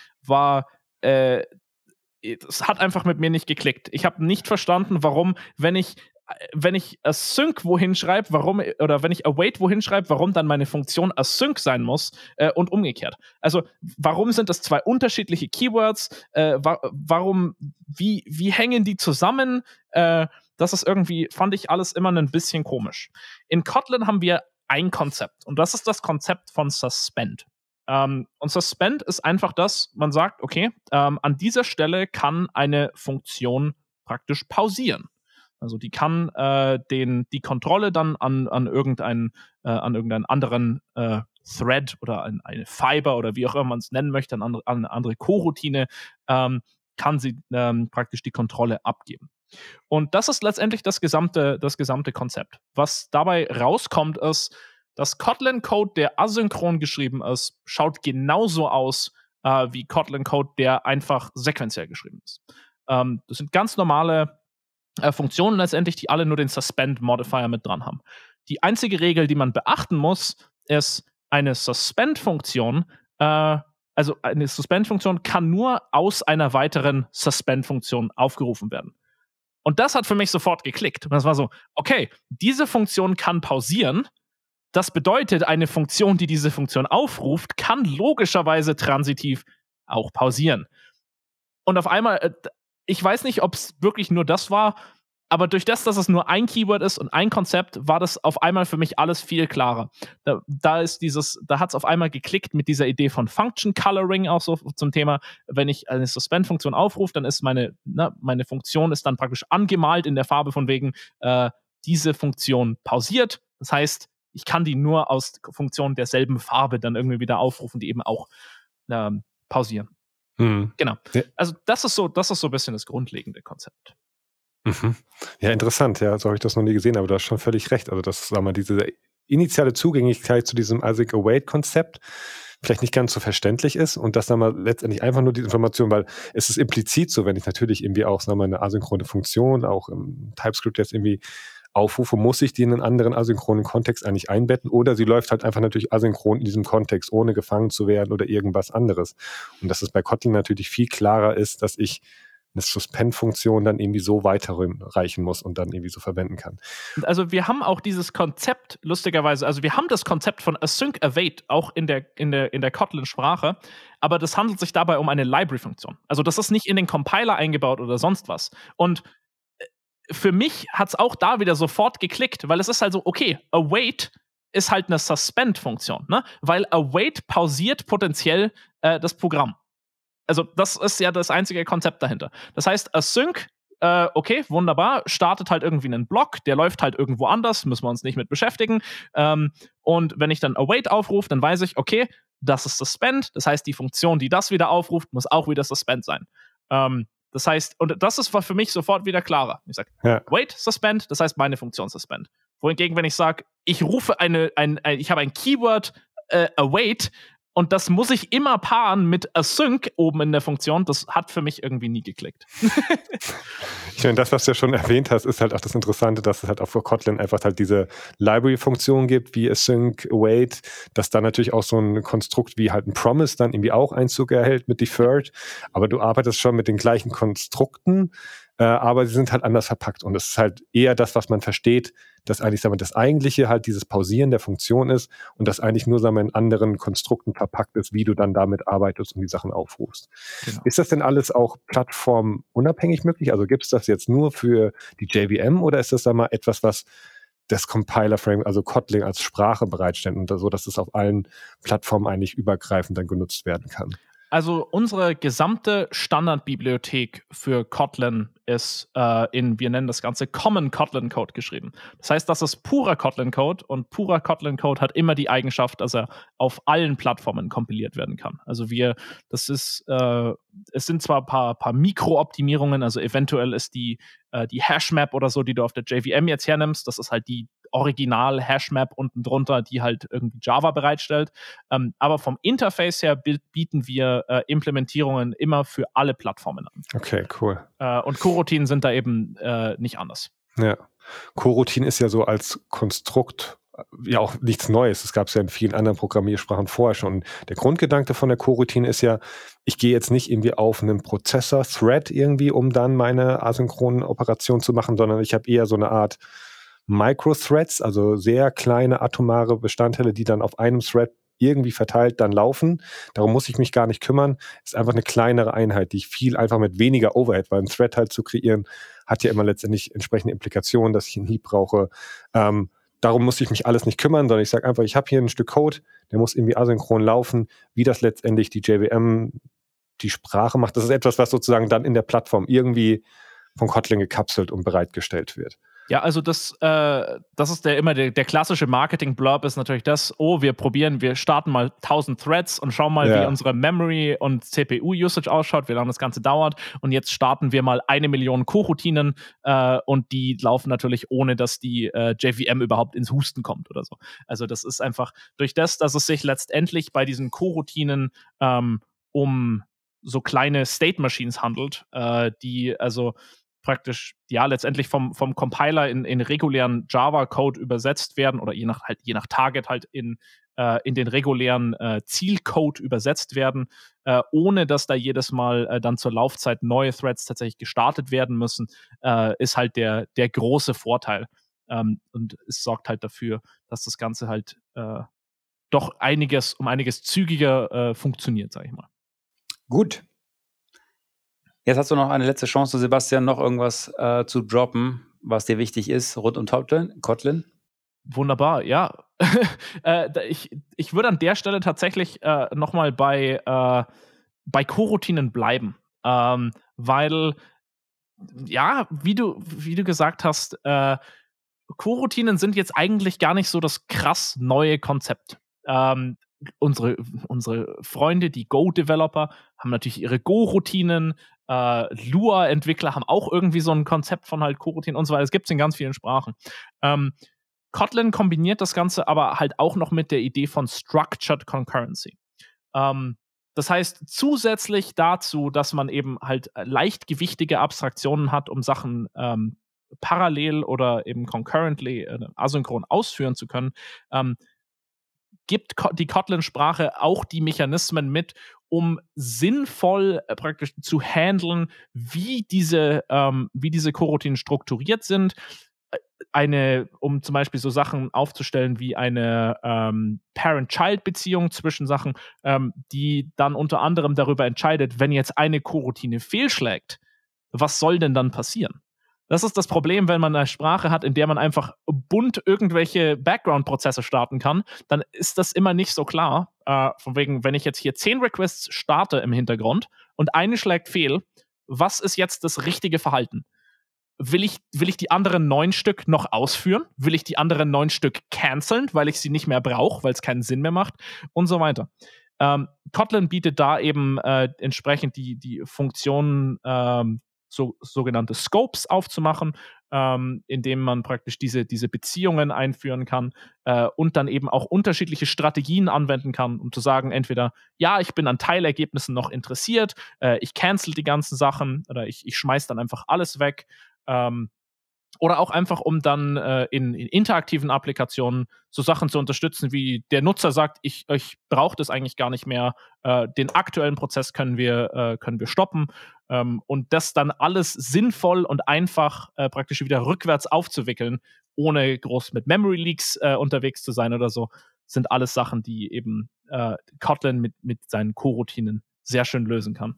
es hat einfach mit mir nicht geklickt. Ich habe nicht verstanden, warum, wenn ich Async wohin schreibe, wenn ich Await wohin schreibe, warum dann meine Funktion Async sein muss und umgekehrt. Also, warum sind das zwei unterschiedliche Keywords? Wie hängen die zusammen? Das ist irgendwie, fand ich alles immer ein bisschen komisch. In Kotlin haben wir ein Konzept und das ist das Konzept von Suspend. Und Suspend ist einfach das, man sagt, okay, an dieser Stelle kann eine Funktion praktisch pausieren. Also die kann die Kontrolle dann an irgendeinen anderen Thread oder eine Fiber oder wie auch immer man es nennen möchte, an eine andere Coroutine, kann sie praktisch die Kontrolle abgeben. Und das ist letztendlich das gesamte Konzept. Was dabei rauskommt, ist, das Kotlin-Code, der asynchron geschrieben ist, schaut genauso aus wie Kotlin-Code, der einfach sequenziell geschrieben ist. Das sind ganz normale Funktionen letztendlich, die alle nur den Suspend-Modifier mit dran haben. Die einzige Regel, die man beachten muss, ist, eine Suspend-Funktion, also eine Suspend-Funktion kann nur aus einer weiteren Suspend-Funktion aufgerufen werden. Und das hat für mich sofort geklickt. Und das war so, okay, diese Funktion kann pausieren. Das bedeutet, eine Funktion, die diese Funktion aufruft, kann logischerweise transitiv auch pausieren. Und auf einmal, ich weiß nicht, ob es wirklich nur das war, aber durch das, dass es nur ein Keyword ist und ein Konzept, war das auf einmal für mich alles viel klarer. Da hat es auf einmal geklickt mit dieser Idee von Function Coloring auch so zum Thema, wenn ich eine Suspend-Funktion aufrufe, dann ist meine Funktion ist dann praktisch angemalt in der Farbe von wegen, diese Funktion pausiert. Das heißt, ich kann die nur aus Funktionen derselben Farbe dann irgendwie wieder aufrufen, die eben auch pausieren. Genau. Ja. Also das ist so ein bisschen das grundlegende Konzept. Mhm. Ja, interessant. Ja, so habe ich das noch nie gesehen, aber du hast schon völlig recht. Also das, sag mal, diese initiale Zugänglichkeit zu diesem Async Await-Konzept vielleicht nicht ganz so verständlich ist und das dann mal letztendlich einfach nur die Information, weil es ist implizit so, wenn ich natürlich irgendwie auch, sagen wir mal, eine asynchrone Funktion auch im TypeScript jetzt irgendwie aufrufe, muss ich die in einen anderen asynchronen Kontext eigentlich einbetten oder sie läuft halt einfach natürlich asynchron in diesem Kontext, ohne gefangen zu werden oder irgendwas anderes. Und dass es bei Kotlin natürlich viel klarer ist, dass ich eine Suspend-Funktion dann irgendwie so weiterreichen muss und dann irgendwie so verwenden kann. Also wir haben auch dieses Konzept, lustigerweise, also wir haben das Konzept von Async Await auch in der Kotlin-Sprache, aber das handelt sich dabei um eine Library-Funktion. Also das ist nicht in den Compiler eingebaut oder sonst was. Und für mich hat es auch da wieder sofort geklickt, weil es ist halt so, okay, await ist halt eine Suspend-Funktion, ne? Weil await pausiert potenziell das Programm. Also das ist ja das einzige Konzept dahinter. Das heißt, async, okay, wunderbar, startet halt irgendwie einen Block, der läuft halt irgendwo anders, müssen wir uns nicht mit beschäftigen. Und wenn ich dann await aufrufe, dann weiß ich, okay, das ist suspend, das heißt, die Funktion, die das wieder aufruft, muss auch wieder suspend sein. Das heißt, und das war für mich sofort wieder klarer. Ich sage, wait, suspend, das heißt meine Funktion suspend. Wohingegen, wenn ich sage, ich rufe ich habe ein Keyword await und das muss ich immer paaren mit async oben in der Funktion, das hat für mich irgendwie nie geklickt. Ich meine, das, was du ja schon erwähnt hast, ist halt auch das Interessante, dass es halt auch für Kotlin einfach halt diese Library-Funktion gibt, wie async, await, dass da natürlich auch so ein Konstrukt wie halt ein Promise dann irgendwie auch Einzug erhält mit deferred, aber du arbeitest schon mit den gleichen Konstrukten, aber sie sind halt anders verpackt und es ist halt eher das, was man versteht, dass eigentlich, sagen wir, das Eigentliche halt dieses Pausieren der Funktion ist und das eigentlich nur, sagen wir, in anderen Konstrukten verpackt ist, wie du dann damit arbeitest und die Sachen aufrufst. Genau. Ist das denn alles auch plattformunabhängig möglich? Also gibt es das jetzt nur für die JVM oder ist das da mal etwas, was das Compiler-Frame, also Kotlin als Sprache bereitstellt und so, dass es auf allen Plattformen eigentlich übergreifend dann genutzt werden kann? Also unsere gesamte Standardbibliothek für Kotlin ist wir nennen das Ganze Common Kotlin Code geschrieben. Das heißt, das ist purer Kotlin Code und purer Kotlin Code hat immer die Eigenschaft, dass er auf allen Plattformen kompiliert werden kann. Also es sind zwar ein paar Mikrooptimierungen, also eventuell ist die Hashmap oder so, die du auf der JVM jetzt hernimmst, das ist halt die Original-Hashmap unten drunter, die halt irgendwie Java bereitstellt. Aber vom Interface her bieten wir Implementierungen immer für alle Plattformen an. Okay, cool. Und Coroutinen sind da eben nicht anders. Ja, Coroutine ist ja so als Konstrukt ja auch nichts Neues. Das gab es ja in vielen anderen Programmiersprachen vorher schon. Und der Grundgedanke von der Coroutine ist ja, ich gehe jetzt nicht irgendwie auf einen Prozessor-Thread irgendwie, um dann meine asynchronen Operationen zu machen, sondern ich habe eher so eine Art Micro-Threads, also sehr kleine atomare Bestandteile, die dann auf einem Thread irgendwie verteilt dann laufen. Darum muss ich mich gar nicht kümmern. Ist einfach eine kleinere Einheit, die ich viel einfach mit weniger Overhead, weil ein Thread halt zu kreieren, hat ja immer letztendlich entsprechende Implikationen, dass ich einen Heap brauche. Darum muss ich mich alles nicht kümmern, sondern ich sage einfach, ich habe hier ein Stück Code, der muss irgendwie asynchron laufen, wie das letztendlich die JVM, die Sprache macht. Das ist etwas, was sozusagen dann in der Plattform irgendwie von Kotlin gekapselt und bereitgestellt wird. Ja, also das ist immer der klassische Marketing-Blurb ist natürlich das, wir starten mal 1000 Threads und schauen mal, wie unsere Memory- und CPU-Usage ausschaut, wie lange das Ganze dauert. Und jetzt starten wir mal 1 Million Coroutinen und die laufen natürlich, ohne dass die JVM überhaupt ins Husten kommt oder so. Also das ist einfach durch das, dass es sich letztendlich bei diesen Coroutinen um so kleine State-Machines handelt, die also praktisch, ja, letztendlich vom Compiler in regulären Java-Code übersetzt werden oder je nach Target halt in den regulären Zielcode übersetzt werden, ohne dass da jedes Mal dann zur Laufzeit neue Threads tatsächlich gestartet werden müssen, ist halt der große Vorteil. Und es sorgt halt dafür, dass das Ganze halt doch um einiges zügiger funktioniert, sag ich mal. Gut. Jetzt hast du noch eine letzte Chance, Sebastian, noch irgendwas zu droppen, was dir wichtig ist, rund um Kotlin. Wunderbar, ja. Ich würde an der Stelle tatsächlich nochmal bei Coroutinen bleiben, weil, ja, wie du gesagt hast, Coroutinen sind jetzt eigentlich gar nicht so das krass neue Konzept. Unsere Freunde, die Go-Developer, haben natürlich ihre Go-Routinen. Lua-Entwickler haben auch irgendwie so ein Konzept von halt Coroutinen und so weiter. Das gibt es in ganz vielen Sprachen. Kotlin kombiniert das Ganze aber halt auch noch mit der Idee von Structured Concurrency. Das heißt, zusätzlich dazu, dass man eben halt leichtgewichtige Abstraktionen hat, um Sachen parallel oder eben concurrently asynchron ausführen zu können, gibt die Kotlin-Sprache auch die Mechanismen mit, um sinnvoll praktisch zu handeln, wie diese Coroutinen strukturiert sind. Um zum Beispiel so Sachen aufzustellen wie eine Parent-Child-Beziehung zwischen Sachen, die dann unter anderem darüber entscheidet, wenn jetzt eine Coroutine fehlschlägt, was soll denn dann passieren? Das ist das Problem, wenn man eine Sprache hat, in der man einfach bunt irgendwelche Background-Prozesse starten kann, dann ist das immer nicht so klar. Von wegen, wenn ich jetzt hier 10 Requests starte im Hintergrund und eine schlägt fehl, was ist jetzt das richtige Verhalten? Will ich die anderen 9 Stück noch ausführen? Will ich die anderen 9 Stück canceln, weil ich sie nicht mehr brauche, weil es keinen Sinn mehr macht? Und so weiter. Kotlin bietet da eben entsprechend die Funktionen, sogenannte Scopes aufzumachen, indem man praktisch diese Beziehungen einführen kann und dann eben auch unterschiedliche Strategien anwenden kann, um zu sagen, entweder, ja, ich bin an Teilergebnissen noch interessiert, ich cancel die ganzen Sachen oder ich schmeiß dann einfach alles weg. Oder auch einfach, um dann in interaktiven Applikationen so Sachen zu unterstützen, wie der Nutzer sagt, ich brauche das eigentlich gar nicht mehr, den aktuellen Prozess können wir stoppen und das dann alles sinnvoll und einfach praktisch wieder rückwärts aufzuwickeln, ohne groß mit Memory Leaks unterwegs zu sein oder so, sind alles Sachen, die eben Kotlin mit seinen Coroutinen sehr schön lösen kann.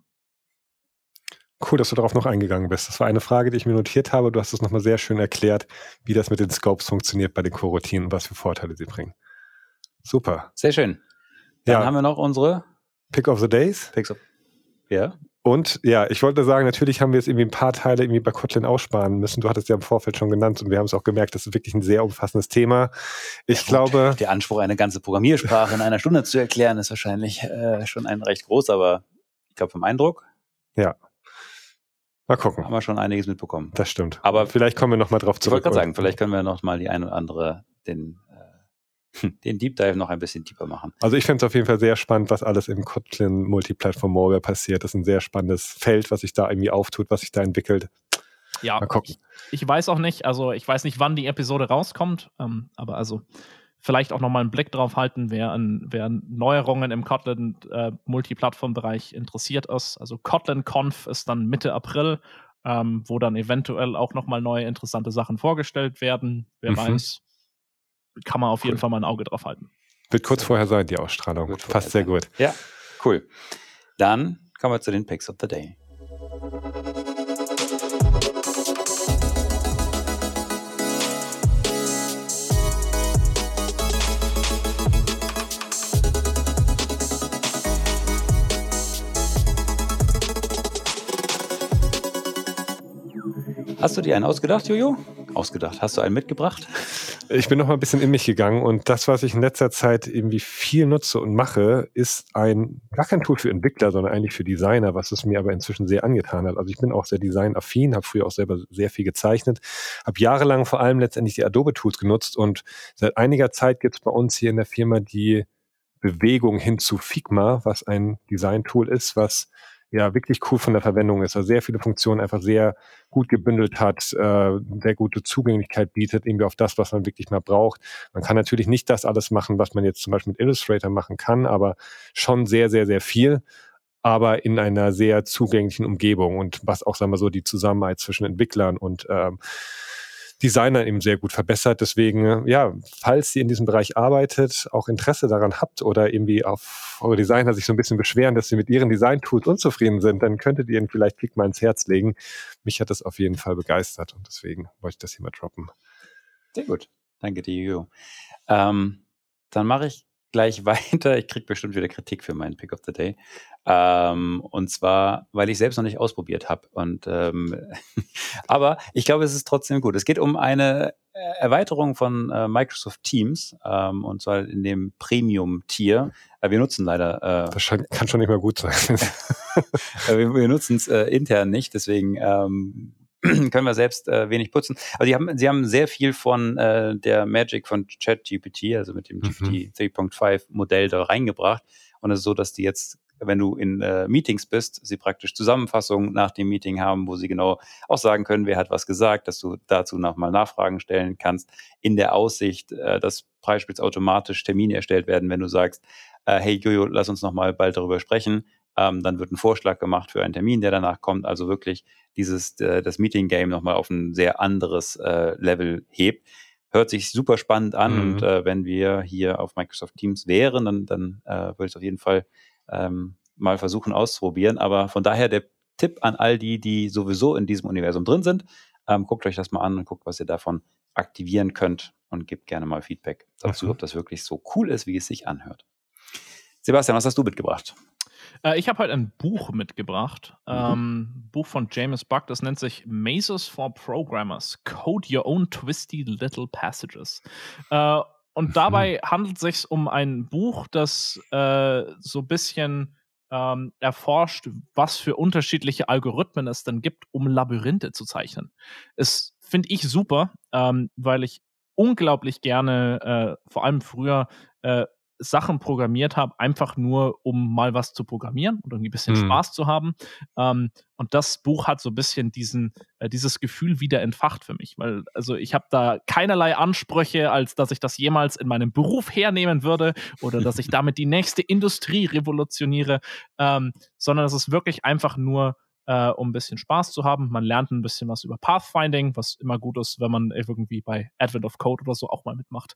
Cool, dass du darauf noch eingegangen bist. Das war eine Frage, die ich mir notiert habe. Du hast es nochmal sehr schön erklärt, wie das mit den Scopes funktioniert bei den Coroutinen und was für Vorteile sie bringen. Super. Sehr schön. Dann haben wir noch unsere Pick of the Days. Ja. Und ja, ich wollte sagen, natürlich haben wir jetzt irgendwie ein paar Teile irgendwie bei Kotlin aussparen müssen. Du hattest ja im Vorfeld schon genannt und wir haben es auch gemerkt, das ist wirklich ein sehr umfassendes Thema. Ich glaube... Der Anspruch, eine ganze Programmiersprache in einer Stunde zu erklären, ist wahrscheinlich schon ein recht groß, aber ich glaube vom Eindruck... Ja. Mal gucken. Haben wir schon einiges mitbekommen. Das stimmt. Aber vielleicht kommen wir nochmal drauf zurück. Ich wollte gerade sagen, vielleicht können wir nochmal die ein oder andere, den Deep Dive noch ein bisschen tiefer machen. Also ich finde es auf jeden Fall sehr spannend, was alles im Kotlin Multiplattform Malware passiert. Das ist ein sehr spannendes Feld, was sich da irgendwie auftut, was sich da entwickelt. Ja, mal gucken. Ich weiß auch nicht, also ich weiß nicht, wann die Episode rauskommt, aber also vielleicht auch nochmal einen Blick drauf halten, wer an Neuerungen im Kotlin Multiplattform-Bereich interessiert ist. Also Kotlin Conf ist dann Mitte April, wo dann eventuell auch nochmal neue interessante Sachen vorgestellt werden. Wer weiß, kann man auf jeden Fall mal ein Auge drauf halten. Wird kurz vorher sein, die Ausstrahlung. Passt sehr gut. Ja, cool. Dann kommen wir zu den Picks of the Day. Hast du dir einen ausgedacht, Jojo? Ausgedacht. Hast du einen mitgebracht? Ich bin noch mal ein bisschen in mich gegangen und das, was ich in letzter Zeit irgendwie viel nutze und mache, ist gar kein Tool für Entwickler, sondern eigentlich für Designer, was es mir aber inzwischen sehr angetan hat. Also ich bin auch sehr designaffin, habe früher auch selber sehr viel gezeichnet, habe jahrelang vor allem letztendlich die Adobe-Tools genutzt und seit einiger Zeit gibt es bei uns hier in der Firma die Bewegung hin zu Figma, was ein Design-Tool ist, was ja wirklich cool von der Verwendung ist, also sehr viele Funktionen einfach sehr gut gebündelt hat, sehr gute Zugänglichkeit bietet, irgendwie auf das, was man wirklich mal braucht. Man kann natürlich nicht das alles machen, was man jetzt zum Beispiel mit Illustrator machen kann, aber schon sehr, sehr, sehr viel, aber in einer sehr zugänglichen Umgebung und was auch, sagen wir so, die Zusammenarbeit zwischen Entwicklern und Designern eben sehr gut verbessert. Deswegen, ja, falls ihr in diesem Bereich arbeitet, auch Interesse daran habt oder irgendwie auf eure Designer sich so ein bisschen beschweren, dass sie mit ihren Design-Tools unzufrieden sind, dann könntet ihr ihnen vielleicht Figma ins Herz legen. Mich hat das auf jeden Fall begeistert und deswegen wollte ich das hier mal droppen. Sehr gut. Danke dir, Jojo. Dann mache ich gleich weiter. Ich kriege bestimmt wieder Kritik für meinen Pick of the Day. Und zwar, weil ich selbst noch nicht ausprobiert habe. Aber ich glaube, es ist trotzdem gut. Es geht um eine Erweiterung von Microsoft Teams, und zwar in dem Premium-Tier. Wir nutzen leider... das kann schon nicht mehr gut sein. wir nutzen es intern nicht, deswegen... können wir selbst wenig putzen. Also sie haben sehr viel von der Magic von ChatGPT, also mit dem GPT 3.5 Modell da reingebracht. Und es ist so, dass die jetzt, wenn du in Meetings bist, sie praktisch Zusammenfassungen nach dem Meeting haben, wo sie genau auch sagen können, wer hat was gesagt, dass du dazu nochmal Nachfragen stellen kannst, in der Aussicht, dass beispielsweise automatisch Termine erstellt werden, wenn du sagst, hey Jojo, lass uns nochmal bald darüber sprechen. Dann wird ein Vorschlag gemacht für einen Termin, der danach kommt. Also wirklich das Meeting-Game nochmal auf ein sehr anderes Level hebt. Hört sich super spannend an und wenn wir hier auf Microsoft Teams wären, dann würde ich es auf jeden Fall mal versuchen auszuprobieren. Aber von daher der Tipp an all die sowieso in diesem Universum drin sind, Guckt euch das mal an und guckt, was ihr davon aktivieren könnt und gebt gerne mal Feedback dazu, ob das wirklich so cool ist, wie es sich anhört. Sebastian, was hast du mitgebracht? Ich habe heute ein Buch mitgebracht. Buch von James Buck, das nennt sich Mazes for Programmers. Code Your Own Twisty Little Passages. Und dabei handelt es sich um ein Buch, das so ein bisschen erforscht, was für unterschiedliche Algorithmen es dann gibt, um Labyrinthe zu zeichnen. Es finde ich super, weil ich unglaublich gerne, vor allem früher, Sachen programmiert habe, einfach nur, um mal was zu programmieren und irgendwie ein bisschen Spaß zu haben. Und das Buch hat so ein bisschen dieses Gefühl wieder entfacht für mich, weil also ich habe da keinerlei Ansprüche, als dass ich das jemals in meinem Beruf hernehmen würde oder dass ich damit die nächste Industrie revolutioniere, sondern es ist wirklich einfach nur um ein bisschen Spaß zu haben. Man lernt ein bisschen was über Pathfinding, was immer gut ist, wenn man irgendwie bei Advent of Code oder so auch mal mitmacht.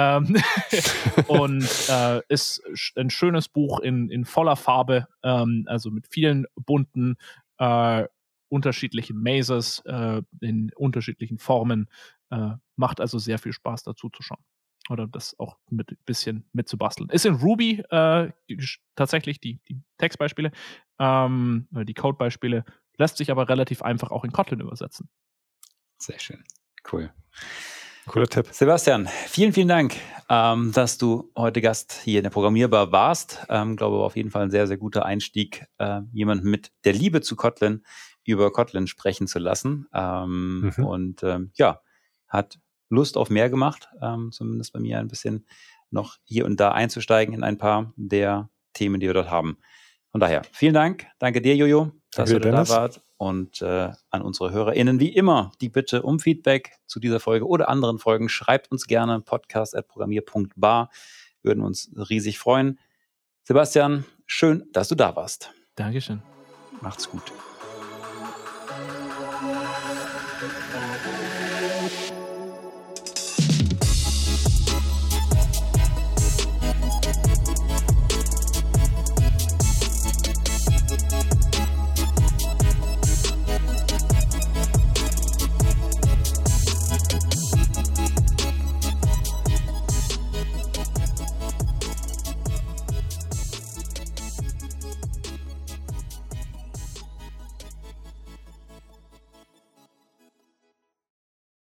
Und ist ein schönes Buch in voller Farbe, also mit vielen bunten, unterschiedlichen Mazes in unterschiedlichen Formen. Macht also sehr viel Spaß, dazu zu schauen. Oder das auch mit ein bisschen mitzubasteln. Ist in Ruby tatsächlich die Textbeispiele, die Codebeispiele, lässt sich aber relativ einfach auch in Kotlin übersetzen. Sehr schön. Cool. Cooler Tipp. Sebastian, vielen, vielen Dank, dass du heute Gast hier in der Programmierbar warst. Glaube auf jeden Fall ein sehr, sehr guter Einstieg, jemanden mit der Liebe zu Kotlin über Kotlin sprechen zu lassen. Und hat Lust auf mehr gemacht, zumindest bei mir ein bisschen noch hier und da einzusteigen in ein paar der Themen, die wir dort haben. Von daher, vielen Dank. Danke dir, Jojo, dass du da warst. Und an unsere HörerInnen wie immer die Bitte um Feedback zu dieser Folge oder anderen Folgen. Schreibt uns gerne podcast@programmier.bar. Würden uns riesig freuen. Sebastian, schön, dass du da warst. Dankeschön. Macht's gut.